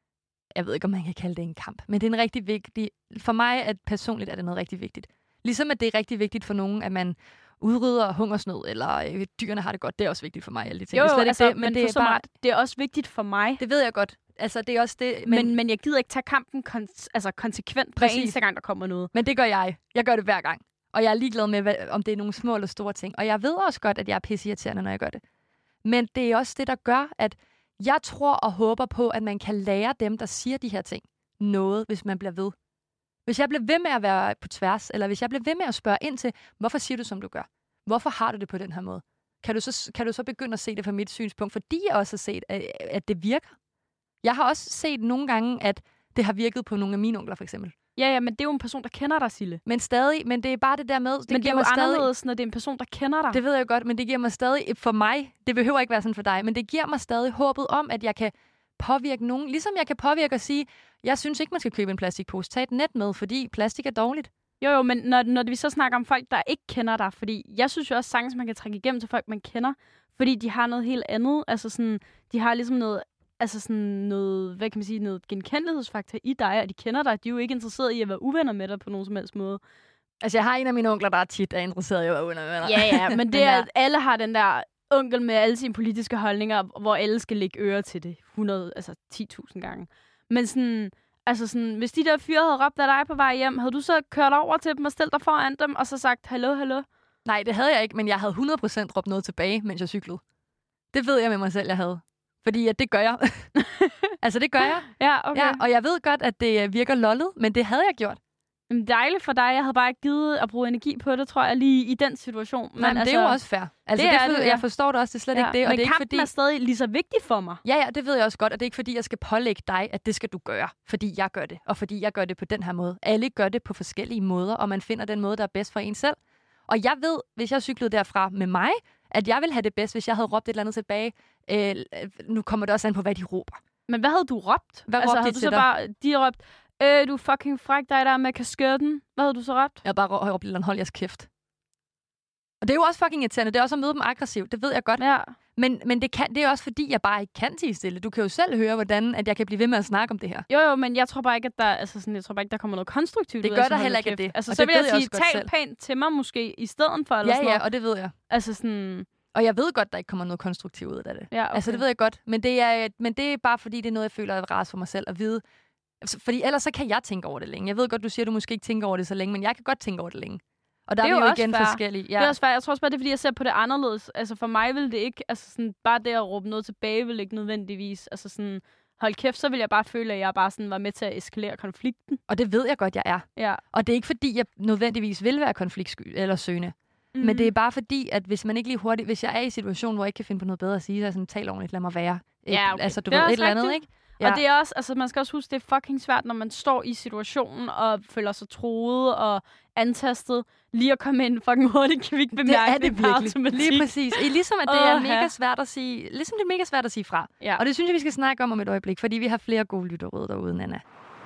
jeg ved ikke, om man kan kalde det en kamp, men det er en rigtig vigtig, for mig at personligt er det noget rigtig vigtigt. Ligesom at det er rigtig vigtigt for nogen, at man udrydder hungersnød, eller øh, dyrene har det godt. Det er også vigtigt for mig, alle de ting. Jo, jo, det er slet altså, ikke det, men det er bare... Det er også vigtigt for mig. Det ved jeg godt. Altså, det er også det. Men, men, men jeg gider ikke tage kampen kon- altså, konsekvent hver eneste gang, der kommer noget. Men det gør jeg. Jeg gør det hver gang. Og jeg er ligeglad med, hvad, om det er nogle små eller store ting. Og jeg ved også godt, at jeg er pisseirriterende, når jeg gør det. Men det er også det, der gør, at jeg tror og håber på, at man kan lære dem, der siger de her ting, noget, hvis man bliver ved. Hvis jeg bliver ved med at være på tværs, eller hvis jeg bliver ved med at spørge ind til, hvorfor siger du, som du gør? Hvorfor har du det på den her måde? Kan du så, kan du så begynde at se det fra mit synspunkt? Fordi jeg også har set, at, at det virker. Jeg har også set nogle gange, at det har virket på nogle af mine onkler, for eksempel. Ja, ja, men det er jo en person, der kender dig, Sille. Men stadig, men det er bare det der med... Det men det er jo stadig, anderledes, når det er en person, der kender dig. Det ved jeg godt, men det giver mig stadig... For mig, det behøver ikke være sådan for dig, men det giver mig stadig håbet om, at jeg kan påvirke nogen. Ligesom jeg kan påvirke og sige, jeg synes ikke, man skal købe en plastikpose. Tag et net med, fordi plastik er dårligt. Jo, jo, men når, når vi så snakker om folk, der ikke kender dig, fordi jeg synes jo også sagtens, man kan trække igennem til folk, man kender, fordi de har noget helt andet. Altså sådan, de har ligesom noget... Altså sådan noget, hvad kan man sige, noget genkendelighedsfaktor i dig, og de kender dig. De er jo ikke interesseret i at være uvenner med dig på nogen som helst måde. Altså, jeg har en af mine onkler, der er tit er interesseret i at være uvenner med dig. Ja, ja, men det er, at alle har den der onkel med alle sine politiske holdninger, hvor alle skal lægge øre til det hundrede, altså ti tusind gange. Men sådan, altså sådan, hvis de der fyre havde råbt af dig på vej hjem, havde du så kørt over til dem og stillet dig foran dem, og så sagt, hallo, hallo? Nej, det havde jeg ikke, men jeg havde hundrede procent råbt noget tilbage, mens jeg cyklede. Det ved jeg med mig selv, jeg havde. Fordi at det gør jeg. altså, det gør jeg. Ja, okay. Ja, og jeg ved godt, at det virker lollet, men det havde jeg gjort. Jamen, dejligt for dig. Jeg havde bare ikke givet at bruge energi på det, tror jeg, lige i den situation. Men Jamen, altså, det er jo også fair. Altså, det det er for, det, ja. Jeg forstår det også, det er slet ja. ikke det. Og men det er kampen ikke, fordi... er stadig lige så vigtig for mig. Ja, ja, det ved jeg også godt, og det er ikke fordi, jeg skal pålægge dig, at det skal du gøre, fordi jeg gør det, og fordi jeg gør det på den her måde. Alle gør det på forskellige måder, og man finder den måde, der er bedst for en selv. Og jeg ved, hvis jeg cyklede derfra med mig, at jeg ville have det bedst, hvis jeg havde råbt et eller andet tilbage. Øh, nu kommer det også an på, hvad de råber. Men hvad havde du råbt? Hvad altså, råbte havde de du til så dig? bare, de råbt, øh, du er fucking fræk dig der med kasketten. Hvad havde du så råbt? Jeg havde bare råbt, hold jeres kæft. Og det er jo også fucking irriterende. Det er også at møde dem aggressivt, det ved jeg godt. Ja. Men, men det, kan, det er også fordi, jeg bare ikke kan tie stille. Du kan jo selv høre, hvordan at jeg kan blive ved med at snakke om det her. Jo, jo, men jeg tror bare ikke, at der, altså sådan, jeg tror bare ikke, der kommer noget konstruktivt det ud gør af der heller ikke af det. Altså, og så det vil jeg, jeg sige, tal selv. pænt til mig måske, i stedet for. Eller Ja, sådan ja, noget. og det ved jeg. Altså sådan... Og jeg ved godt, der ikke kommer noget konstruktivt ud af det. Ja, okay. Altså, det ved jeg godt. Men det, er, men det er bare fordi, det er noget, jeg føler er rart for mig selv at vide. Fordi ellers så kan jeg tænke over det længe. Jeg ved godt, du siger, at du måske ikke tænker over det så længe, men jeg kan godt tænke over det længe. Og der det er, er vi jo jo igen fair. forskellige. Ja. Det er også fair. Jeg tror også bare, det er, fordi jeg ser på det anderledes. Altså for mig vil det ikke, altså sådan, bare det at råbe noget tilbage, vil ikke nødvendigvis, altså sådan, hold kæft, så vil jeg bare føle, at jeg bare sådan var med til at eskalere konflikten. Og det ved jeg godt, jeg er. Ja. Og det er ikke fordi, jeg nødvendigvis vil være konfliktsky eller søgende. Mm. Men det er bare fordi, at hvis man ikke lige hurtigt, hvis jeg er i en situation, hvor jeg ikke kan finde på noget bedre at sige, så er jeg sådan, tal ordentligt, lad mig være. Et, ja, okay. Altså, du det ved, et eller andet, ikke? Ja. Og det er også, altså man skal også huske, det er fucking svært, når man står i situationen og føler sig troet og antastet, lige at komme ind fucking hurtigt kvik bemærkning. Det er det virkelig. Lige præcis. Ligesom at det oh, er mega svært at sige, ligesom det er mega svært at sige fra. Ja. Og det synes jeg, vi skal snakke om om et øjeblik, fordi vi har flere gode lytterråd derude, Nanna.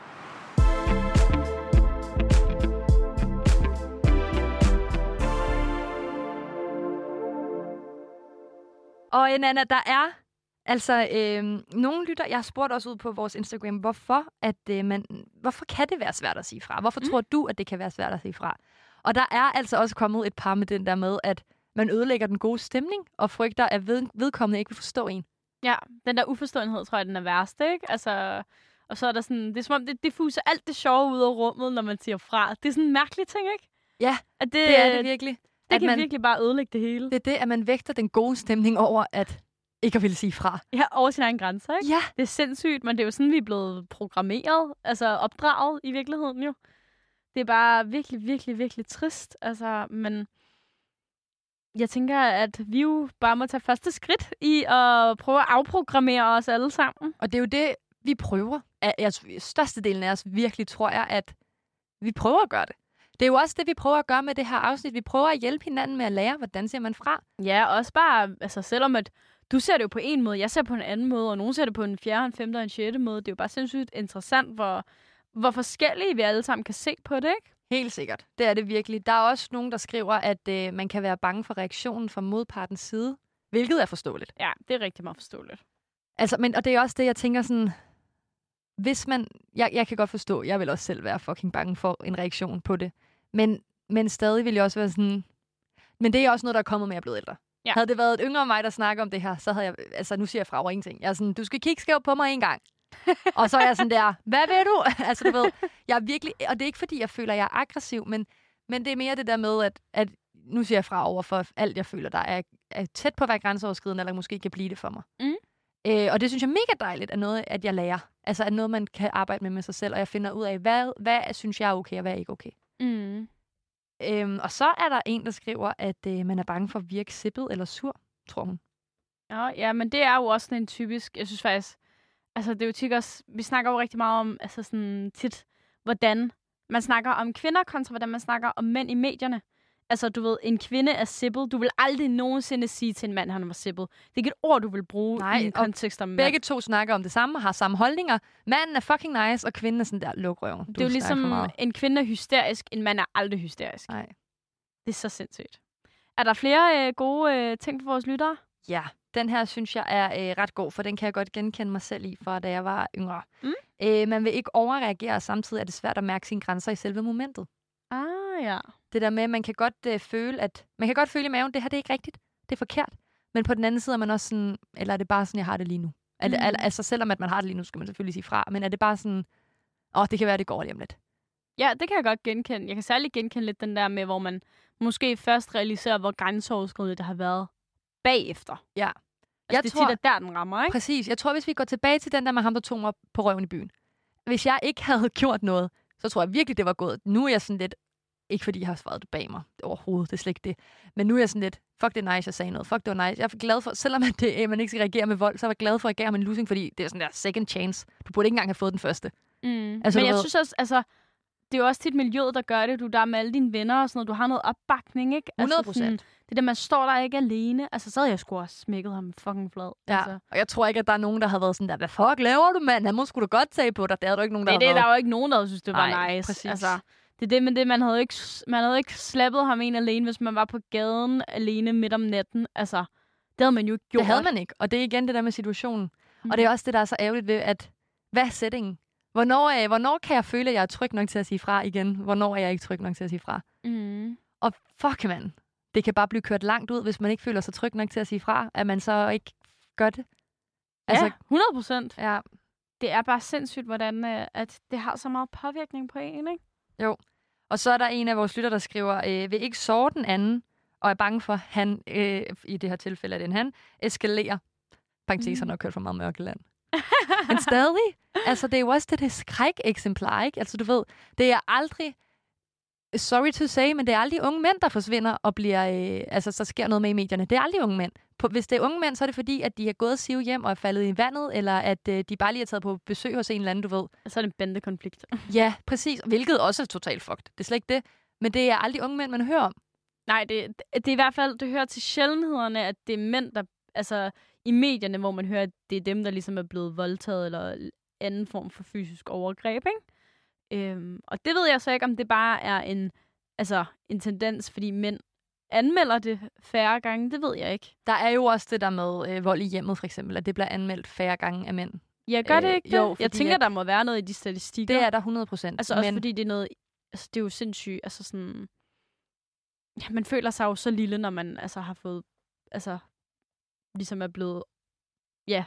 Og Nanna, der er altså øh, nogle lytter, jeg har spurgt også ud på vores Instagram, hvorfor, at, øh, man, hvorfor kan det være svært at sige fra? Hvorfor mm. tror du, at det kan være svært at sige fra? Og der er altså også kommet et par med den der med, at man ødelægger den gode stemning, og frygter, at ved, vedkommende ikke vil forstå en. Ja, den der uforståenhed, tror jeg, den er værste, ikke? Altså, og så er der sådan, det er som om, det diffuser alt det sjove ud af rummet, når man siger fra. Det er sådan en mærkelig ting, ikke? Ja, at det, det er det virkelig. Det at kan man, virkelig bare ødelægge det hele. Det er det, at man vægter den gode stemning over, at ikke at ville sige fra. Ja, over sine egne grænser, ikke? Ja. Det er sindssygt, men det er jo sådan, vi er blevet programmeret, altså opdraget i virkeligheden jo. Det er bare virkelig, virkelig, virkelig trist, altså, men jeg tænker, at vi jo bare må tage første skridt i at prøve at afprogrammere os alle sammen. Og det er jo det, vi prøver. Altså, størstedelen af os virkelig tror jeg, at vi prøver at gøre det. Det er jo også det, vi prøver at gøre med det her afsnit. Vi prøver at hjælpe hinanden med at lære, hvordan siger man fra. Ja, også bare, altså selvom at du ser det jo på en måde, jeg ser på en anden måde, og nogen ser det på en fjerde, en femte og en sjette måde. Det er jo bare sindssygt interessant, hvor, hvor forskellige vi alle sammen kan se på det, ikke? Helt sikkert. Det er det virkelig. Der er også nogen, der skriver, at øh, man kan være bange for reaktionen fra modpartens side, hvilket er forståeligt. Ja, det er rigtig meget forståeligt. Altså, men, og det er også det, jeg tænker sådan, hvis man, jeg, jeg kan godt forstå, jeg vil også selv være fucking bange for en reaktion på det, men, men stadig vil jeg også være sådan, men det er også noget, der er kommet med, at jeg er blevet ældre. Ja. Havde det været et yngre mig, der snakker om det her, så havde jeg, altså nu siger jeg fra over ingenting. Jeg er sådan, du skal kigge skævt på mig en gang. Og så er jeg sådan der, hvad vil du? Altså du ved, jeg er virkelig, og det er ikke fordi, jeg føler, jeg er aggressiv, men, men det er mere det der med, at, at nu siger jeg fra over for alt, jeg føler, der er, er tæt på at være grænseoverskridende, eller måske kan blive det for mig. Mm. Øh, og det synes jeg er mega dejligt, at noget, at jeg lærer. Altså at noget, man kan arbejde med med sig selv, og jeg finder ud af, hvad, hvad synes jeg er okay, og hvad er ikke okay. Mm. Øhm, og så er der en, der skriver, at øh, man er bange for at virke sippet eller sur, tror hun. Ja, ja, men det er jo også sådan en typisk, jeg synes faktisk, altså det er jo tit også, vi snakker jo rigtig meget om, altså sådan tit, hvordan man snakker om kvinder, kontra hvordan man snakker om mænd i medierne. Altså du ved, en kvinde er sippet. Du vil aldrig nogensinde sige til en mand, han var sippet. Det er ikke et ord, du vil bruge Nej, i en kontekst om mand. Begge to snakker om det samme og har samme holdninger. Manden er fucking nice, og kvinden er sådan der, luk røven. Det er jo ligesom, en kvinde er hysterisk, en mand er aldrig hysterisk. Nej. Det er så sindssygt. Er der flere øh, gode øh, ting på vores lyttere? Ja, den her synes jeg er øh, ret god, for den kan jeg godt genkende mig selv i, fra da jeg var yngre. Mm. Øh, man vil ikke overreagere, og samtidig er det svært at mærke sine grænser i selve momentet. Ah, ja. Det der med, at man kan godt øh, føle, at man kan godt føle i maven, det her det er ikke rigtigt, det er forkert. Men på den anden side er man også sådan, eller er det bare sådan, jeg har det lige nu? Mm. Al- al- altså selvom at man har det lige nu, skal man selvfølgelig sige fra, men er det bare sådan, åh, det kan være, det går lige om lidt. Ja, det kan jeg godt genkende. Jeg kan særligt genkende lidt den der med, hvor man måske først realiserer, hvor grænseoverskridende det har været bagefter. Ja. Altså, jeg det tror, er tit, at der den rammer, ikke? Præcis. Jeg tror, hvis vi går tilbage til den der med ham, der tog mig på røven i byen. Hvis jeg ikke havde gjort noget, så tror jeg virkelig, det var gået. Nu er jeg sådan lidt, ikke fordi jeg har svaret det bag mig overhovedet, det er slet ikke det. Men nu er jeg sådan lidt, fuck det er nice, jeg sagde noget. Fuck det var nice. Jeg er glad for, selvom det, man ikke skal reagere med vold, så er jeg glad for at reagere med en losing, fordi det er sådan der second chance. Du burde ikke engang have fået den første. Mm. Altså, men jeg ved... synes også, altså, det er jo også tit miljøet, der gør det. Du er der med alle dine venner og sådan noget. Du har noget opbakning, ikke? hundrede procent. Altså, det der, man står der ikke alene. Altså, så havde jeg sgu også smækket ham fucking flad. Ja, altså. Og jeg tror ikke, at der er nogen, der har været sådan der, hvad fuck laver du, mand? Han må sgu da godt tage på dig. Det er der ikke nogen, der det, har det, været. Der er jo ikke nogen, der synes, det var Nej, nice. Præcis. Altså, det er det med det, man havde ikke, man havde ikke slappet ham en alene, hvis man var på gaden alene midt om natten. Altså, havde man jo ikke gjort. Det havde man ikke, og det er igen det der med situationen. Mm. Og det er også det, der er så ærgerligt ved, at hvad er settingen? Hvornår, er, hvornår kan jeg føle, at jeg er tryg nok til at sige fra igen? Hvornår er jeg ikke tryg nok til at sige fra? Mm. Og fuck, man. Det kan bare blive kørt langt ud, hvis man ikke føler sig tryg nok til at sige fra, at man så ikke gør det. Altså, ja, hundrede procent. Ja. Det er bare sindssygt, hvordan at det har så meget påvirkning på en, ikke? Jo. Og så er der en af vores lytter, der skriver, øh, vil ikke såre den anden, og er bange for, han, øh, i det her tilfælde er det en han, eskalerer. Parenteserne har kørt for meget mørkeland. Men stadig, altså det er jo også det, det skræk-eksemplar, ikke? Altså du ved, det er aldrig, sorry to say, men det er aldrig unge mænd, der forsvinder og bliver, øh, altså så sker noget med i medierne. Det er aldrig unge mænd. På, hvis det er unge mænd, så er det fordi, at de har gået siv hjem og er faldet i vandet, eller at øh, de bare lige er taget på besøg hos en eller anden, du ved. Så er det en bandekonflikt. Ja, præcis. Hvilket også er totalt fucked. Det er slet ikke det. Men det er aldrig unge mænd, man hører om. Nej, det, det er i hvert fald, det hører til sjældenhederne, at det er mænd, der, altså i medierne, hvor man hører, at det er dem, der ligesom er blevet voldtaget, eller anden form for fysisk overgreb, ikke? Øhm, og det ved jeg så ikke, om det bare er en, altså, en tendens, fordi mænd anmelder det færre gange, det ved jeg ikke. Der er jo også det der med øh, vold i hjemmet, for eksempel, at det bliver anmeldt færre gange af mænd. Ja, gør det ikke øh, det? Jo, jeg tænker, at der må være noget i de statistikker. Det er der hundrede procent. Altså også men... fordi det er noget, altså det er jo sindssygt, altså sådan, ja, man føler sig jo så lille, når man altså har fået, altså ligesom er blevet, ja,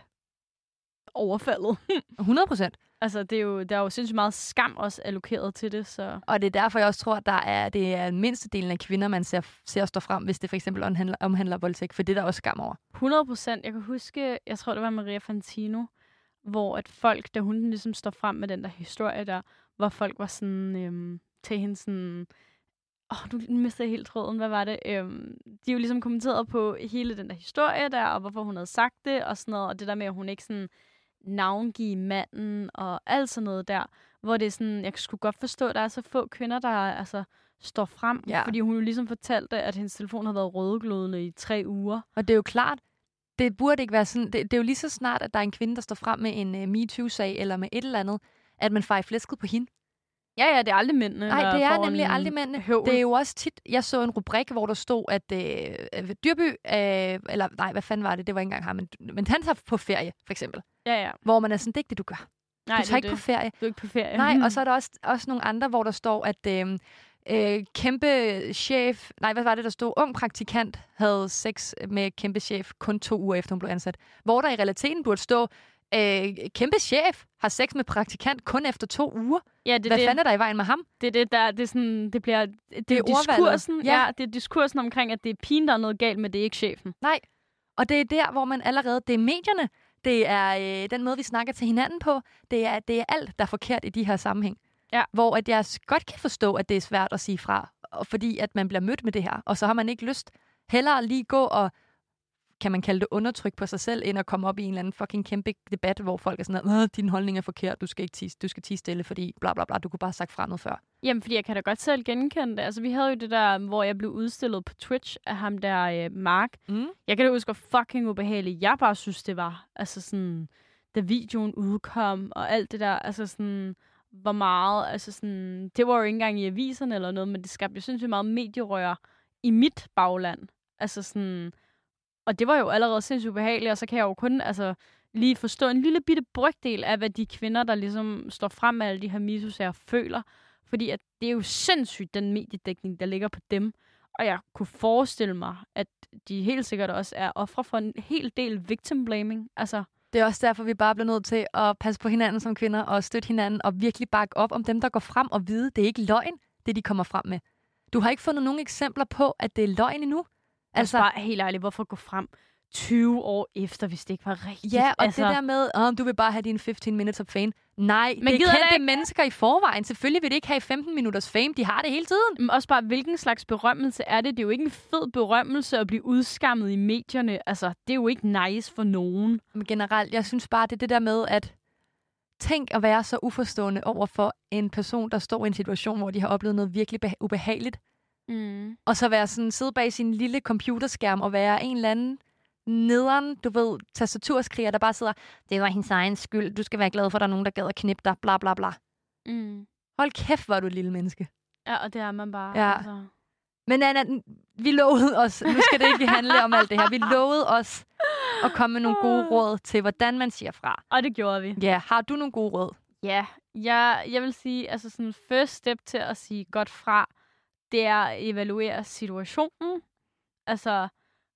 overfaldet. hundrede procent. Altså, det er jo, der er jo sindssygt meget skam også allokeret til det, så... Og det er derfor, jeg også tror, at der er, det er mindste delen af kvinder, man ser, ser stå frem, hvis det for eksempel omhandler, omhandler voldtægt, for det er der også skam over. hundrede procent. Jeg kan huske, jeg tror, det var Maria Fantino, hvor at folk, da hun ligesom står frem med den der historie der, hvor folk var sådan, øhm, til hende sådan... Åh, oh, nu mistede jeg helt tråden. Hvad var det? Øhm, de jo ligesom kommenteret på hele den der historie der, og hvorfor hun havde sagt det, og sådan noget, og det der med, at hun ikke sådan navngive manden, og alt sådan noget der, hvor det er sådan, jeg skulle godt forstå, at der er så få kvinder, der altså står frem, ja. Fordi hun jo ligesom fortalte, at hendes telefon havde været rødglødende i tre uger. Og det er jo klart, det burde ikke være sådan, det, det er jo lige så snart, at der er en kvinde, der står frem med en uh, MeToo-sag, eller med et eller andet, at man fejrer flæsket på hende. Ja, ja, det er aldrig mændene. Nej, det er nemlig aldrig mændene. Høvl. Det er jo også tit, jeg så en rubrik, hvor der stod, at øh, Dyrby, øh, eller nej, hvad fanden var det? Det var ikke engang ham, men, men han tager på ferie, for eksempel. Ja, ja. Hvor man er sådan, det er ikke det, du gør. Nej, du tager ikke det. på ferie. Du er ikke på ferie. Nej, og så er der også, også nogle andre, hvor der står, at øh, øh, kæmpe chef, nej, hvad var det, der stod? Ung praktikant havde sex med kæmpe chef kun to uger efter, hun blev ansat. Hvor der i realiteten burde stå, øh, kæmpe chef har sex med praktikant kun efter to uger. Ja, det, hvad det, fanden er der i vejen med ham? Det er det, der, det er sådan, det bliver, det, det er diskursen, ja. ja, det er diskursen omkring, at det er pigen, der er noget galt med, det er ikke chefen. Nej, og det er der, hvor man allerede, det er medierne, det er øh, den måde, vi snakker til hinanden på, det er, det er alt, der er forkert i de her sammenhæng. Ja. Hvor at jeg godt kan forstå, at det er svært at sige fra, fordi at man bliver mødt med det her, og så har man ikke lyst hellere lige gå og, kan man kalde det undertryk på sig selv, end at komme op i en eller anden fucking kæmpe debat, hvor folk er sådan, at din holdning er forkert, du skal ikke tige, du skal tie stille, fordi bla bla bla, du kunne bare have sagt fra noget før. Jamen, fordi jeg kan da godt selv genkende det. Altså, vi havde jo det der, hvor jeg blev udstillet på Twitch af ham der, øh, Mark. Mm. Jeg kan da huske, hvor fucking ubehageligt jeg bare synes, det var. Altså sådan, da videoen udkom, og alt det der, altså sådan, hvor meget, altså sådan, det var jo ikke engang i aviserne eller noget, men det skabte, jeg synes, det meget medierør i mit bagland. Altså sådan, og det var jo allerede sindssygt ubehageligt, og så kan jeg jo kun, altså, lige forstå en lille bitte brygdel af, hvad de kvinder, der ligesom står frem med alle de her MeToo-sager, føler. Fordi at det er jo sindssygt, den mediedækning, der ligger på dem. Og jeg kunne forestille mig, at de helt sikkert også er ofre for en hel del victim blaming. Altså, det er også derfor, vi bare bliver nødt til at passe på hinanden som kvinder, og støtte hinanden, og virkelig bakke op om dem, der går frem og vide, det er ikke løgn, det de kommer frem med. Du har ikke fundet nogen eksempler på, at det er løgn endnu. Altså, bare helt ærligt, hvorfor gå frem tyve år efter, hvis det ikke var rigtigt? Ja, og altså, det der med, om du vil bare have dine femten minutes of fame. Nej, men det er kendte ikke mennesker i forvejen. Selvfølgelig vil det ikke have femten minutters fame. De har det hele tiden. Men også bare, hvilken slags berømmelse er det? Det er jo ikke en fed berømmelse at blive udskammet i medierne. Altså, det er jo ikke nice for nogen. Men generelt, jeg synes bare, det er det der med, at tænk at være så uforstående over for en person, der står i en situation, hvor de har oplevet noget virkelig ubehageligt. Mm. Og så være sådan, sidde bag sin lille computerskærm og være en eller anden nederen, du ved, tastaturskriger, der bare sidder, det var hendes egen skyld, du skal være glad for, at der er nogen, der gad at knippe dig, bla bla bla. Mm. Hold kæft, hvor er du et lille menneske. Ja, og det er man bare. Ja. Altså. Men Anna, vi lovede os, nu skal det ikke handle om alt det her, vi lovede os at komme med nogle gode råd til, hvordan man siger fra. Og det gjorde vi. Ja, har du nogle gode råd? Ja, jeg, jeg vil sige, altså sådan first step til at sige godt fra, det er at evaluere situationen. Altså,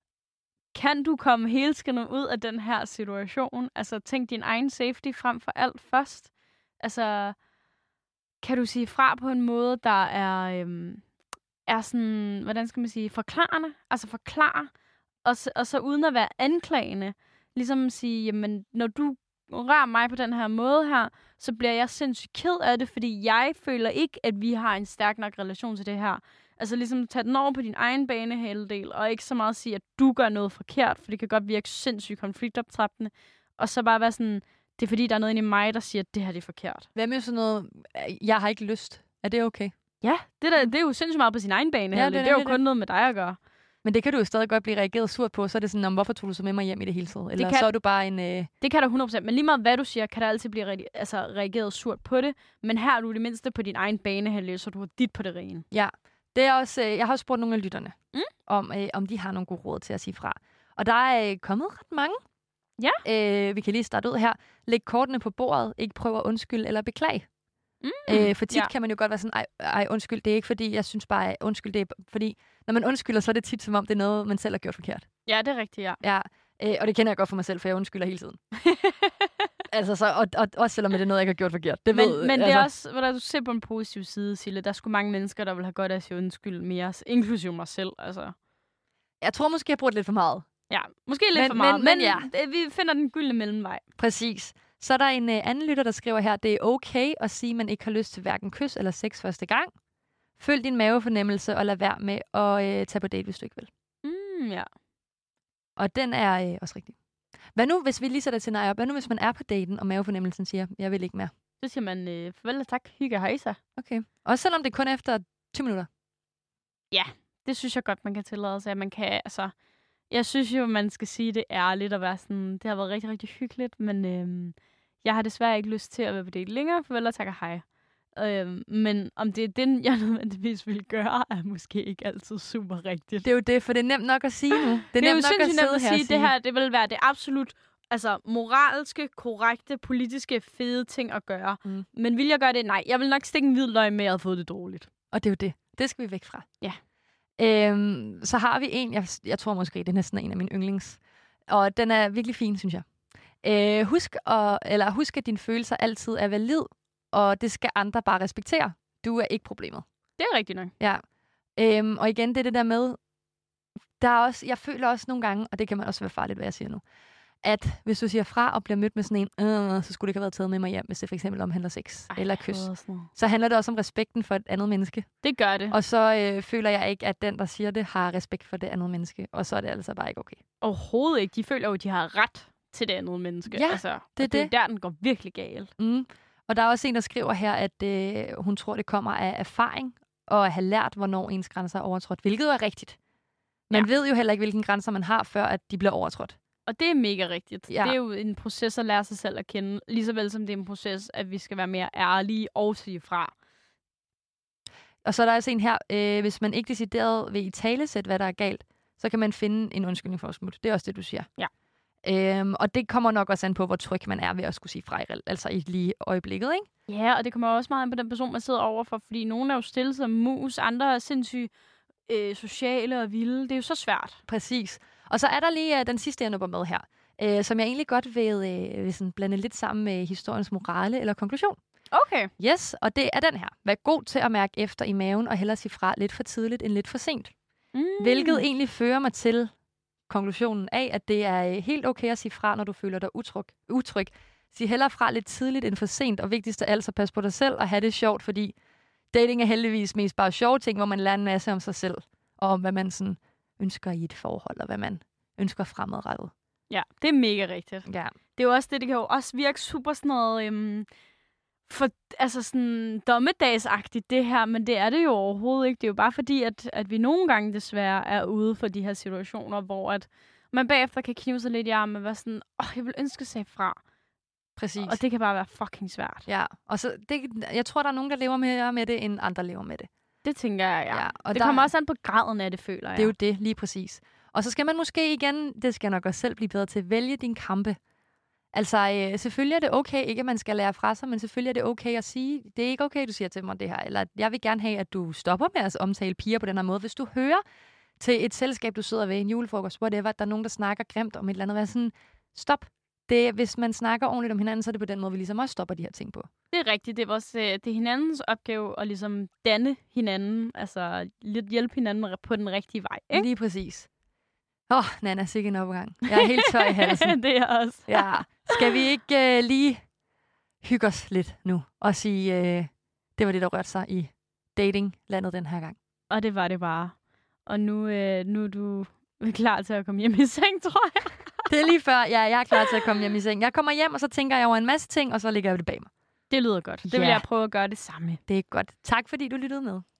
kan du komme helskindet ud af den her situation? Altså, tænk din egen safety frem for alt først. Altså, kan du sige fra på en måde, der er, øhm, er sådan, hvordan skal man sige, forklarende? Altså forklare, og så, og så uden at være anklagende. Ligesom sige, jamen, når du rører mig på den her måde her, så bliver jeg sindssygt ked af det, fordi jeg føler ikke, at vi har en stærk nok relation til det her. Altså ligesom tage den over på din egen banehalvdel, og ikke så meget sige, at du gør noget forkert, for det kan godt virke sindssygt konfliktoptrappende. Og så bare være sådan, det er fordi, der er noget inde i mig, der siger, at det her det er forkert. Hvad med sådan noget, jeg har ikke lyst? Er det okay? Ja, det, der, det er jo sindssygt meget på sin egen banehalvdel. Ja, det, det er jo kun det. Noget med dig at gøre. Men det kan du jo stadig godt blive reageret surt på, så er det sådan, om hvorfor tog du så med mig hjem i det hele taget? Eller kan, så er du bare en... Øh... Det kan der hundrede procent, men lige meget hvad du siger, kan der altid blive re- altså, reageret surt på det. Men her er du det mindste på din egen banehalvdel, så du har dit på det rene. Ja, det er også... Øh, jeg har også spurgt nogle af lytterne, mm? om, øh, om de har nogle gode råd til at sige fra. Og der er øh, kommet ret mange. Ja. Øh, vi kan lige starte ud her. Læg kortene på bordet, ikke prøv at undskylde eller beklage. Mm, øh, for tit ja. kan man jo godt være sådan, ej, ej, undskyld, det er ikke fordi, jeg synes bare, undskyld, det er fordi, når man undskylder, så er det tit som om, det er noget, man selv har gjort forkert. Ja, det er rigtigt, ja. Ja, øh, og det kender jeg godt for mig selv, for jeg undskylder hele tiden. altså, så, og, og, også selvom det er noget, jeg ikke har gjort forkert. Det men ved, men altså. det er også, hvordan du ser på en positiv side, Sille, der er sgu mange mennesker, der vil have godt af at sige undskyld mere, inklusive mig selv, altså. Jeg tror måske, jeg bruger det lidt for meget. Ja, måske lidt men, for meget, men, men, men ja. vi finder den gyldne mellemvej. Præcis. Så er der en uh, anden lytter, der skriver her, det er okay at sige, at man ikke har lyst til hverken kys eller sex første gang. Følg din mavefornemmelse og lad være med at uh, tage på date, hvis du ikke vil. Mm, ja. Og den er uh, også rigtig. Hvad nu, hvis vi lige sætter til nej op? Hvad nu, hvis man er på daten, og mavefornemmelsen siger, jeg vil ikke mere? Så siger man, øh, farvel og tak, hygge hejsa. Okay. Også selvom det kun er efter tyve minutter? Ja, det synes jeg godt, man kan tillade sig. Man kan, altså... Jeg synes jo, man skal sige det ærligt og være sådan, det har været rigtig, rigtig hyggeligt, men øhm, jeg har desværre ikke lyst til at være på date længere, farvel og tak og hej. Øhm, men om det er den, jeg nødvendigvis vil gøre, er måske ikke altid super rigtigt. Det er jo det, for det er nemt nok at sige nu. Det er, det er nemt jo nok at, nemt at sige, sige, det her det vil være det absolut altså, moralske, korrekte, politiske, fede ting at gøre. Mm. Men vil jeg gøre det? Nej, jeg vil nok stikke en hvid løg med, at jeg havde fået det dårligt. Og det er jo det. Det skal vi væk fra. Ja. Øhm, så har vi en, jeg, jeg tror måske, det er næsten en af mine yndlings. Og den er virkelig fin, synes jeg. Øh, husk, at, eller husk, at dine følelser altid er valid, og det skal andre bare respektere. Du er ikke problemet. Det er rigtigt nok. Ja. Øhm, og igen, det er det der med, der er også, jeg føler også nogle gange, og det kan man også være farligt, hvad jeg siger nu, at hvis du siger fra og bliver mødt med sådan en, øh, så skulle det ikke have været taget med mig hjem, hvis det for eksempel omhandler sex Ej, eller kys. Så handler det også om respekten for et andet menneske. Det gør det. Og så øh, føler jeg ikke, at den, der siger det, har respekt for det andet menneske. Og så er det altså bare ikke okay. Overhovedet ikke. De føler jo, at de har ret til det andet menneske. Ja, altså, det er det. Det er der, den går virkelig galt. Mm. Og der er også en, der skriver her, at øh, hun tror, det kommer af erfaring og at have lært, hvornår ens grænser er overtrådt. Hvilket jo er rigtigt. Man ja. ved jo heller ikke, hvilken grænser man har, før at de bliver overtrådt. Og det er mega rigtigt. Ja. Det er jo en proces at lære sig selv at kende, lige så vel som det er en proces, at vi skal være mere ærlige og sige fra. Og så er der også en her, øh, hvis man ikke decideret vil i talesæt, hvad der er galt, så kan man finde en undskyldning for at smutte. Det er også det, du siger. Ja. Øhm, og det kommer nok også an på, hvor tryg man er ved at skulle sige fra, altså i lige øjeblikket, ikke? Ja, og det kommer også meget an på den person, man sidder overfor, fordi nogen er jo stille som mus, andre er sindssygt øh, sociale og vilde. Det er jo så svært. Præcis. Og så er der lige uh, den sidste, jeg nupper med her, uh, som jeg egentlig godt vil, uh, vil sådan blande lidt sammen med historiens morale eller konklusion. Okay. Yes, og det er den her. Vær god til at mærke efter i maven og hellere sige fra lidt for tidligt end lidt for sent. Mm. Hvilket egentlig fører mig til konklusionen af, at det er uh, helt okay at sige fra, når du føler dig utryg. utryg. Sig hellere fra lidt tidligt end for sent, og vigtigst af alt, så pas på dig selv og have det sjovt, fordi dating er heldigvis mest bare sjove ting, hvor man lærer en masse om sig selv, og om hvad man sådan ønsker i et forhold, og hvad man ønsker fremadrettet. Ja, det er mega rigtigt. Ja. Det er jo også det, det kan jo også virke super sådan noget, øhm, for, altså sådan dommedagsagtigt det her, men det er det jo overhovedet ikke. Det er jo bare fordi, at, at vi nogle gange desværre er ude for de her situationer, hvor at man bagefter kan knive sig lidt i armen og være sådan, åh, oh, jeg vil ønske sig fra. Præcis. Og det kan bare være fucking svært. Ja, og så det, jeg tror, der er nogen, der lever mere med det, end andre lever med det. Det tænker jeg, ja. Ja, ja og det der, kommer også an på graden af det, føler jeg. Det er jo det, lige præcis. Og så skal man måske igen, det skal jeg nok også selv blive bedre til, vælge din kampe. Altså, øh, selvfølgelig er det okay, ikke at man skal lære fra sig, men selvfølgelig er det okay at sige, det er ikke okay, du siger til mig det her. Eller jeg vil gerne have, at du stopper med at omtale piger på den her måde. Hvis du hører til et selskab, du sidder ved, en julefrokost, whatever, der er nogen, der snakker grimt om et eller andet, vær sådan, stop. Det, hvis man snakker ordentligt om hinanden, så er det på den måde, vi ligesom også stopper de her ting på. Det er rigtigt. Det er, vores, det er hinandens opgave at ligesom danne hinanden, altså lidt hjælpe hinanden på den rigtige vej. Ikke? Lige præcis. Åh, oh, Nanna, sikke en overgang. Jeg er helt tør i halsen. Det er også. Ja. Skal vi ikke uh, lige hygge os lidt nu og sige, uh, det var det, der rørte sig i datinglandet den her gang? Og det var det bare. Og nu, uh, nu er du klar til at komme hjem i seng, tror jeg. Det er lige før, ja, jeg er klar til at komme hjem i seng. Jeg kommer hjem, og så tænker jeg over en masse ting, og så ligger jeg det bag mig. Det lyder godt. Det Ja. vil jeg prøve at gøre det samme. Det er godt. Tak, fordi du lyttede med.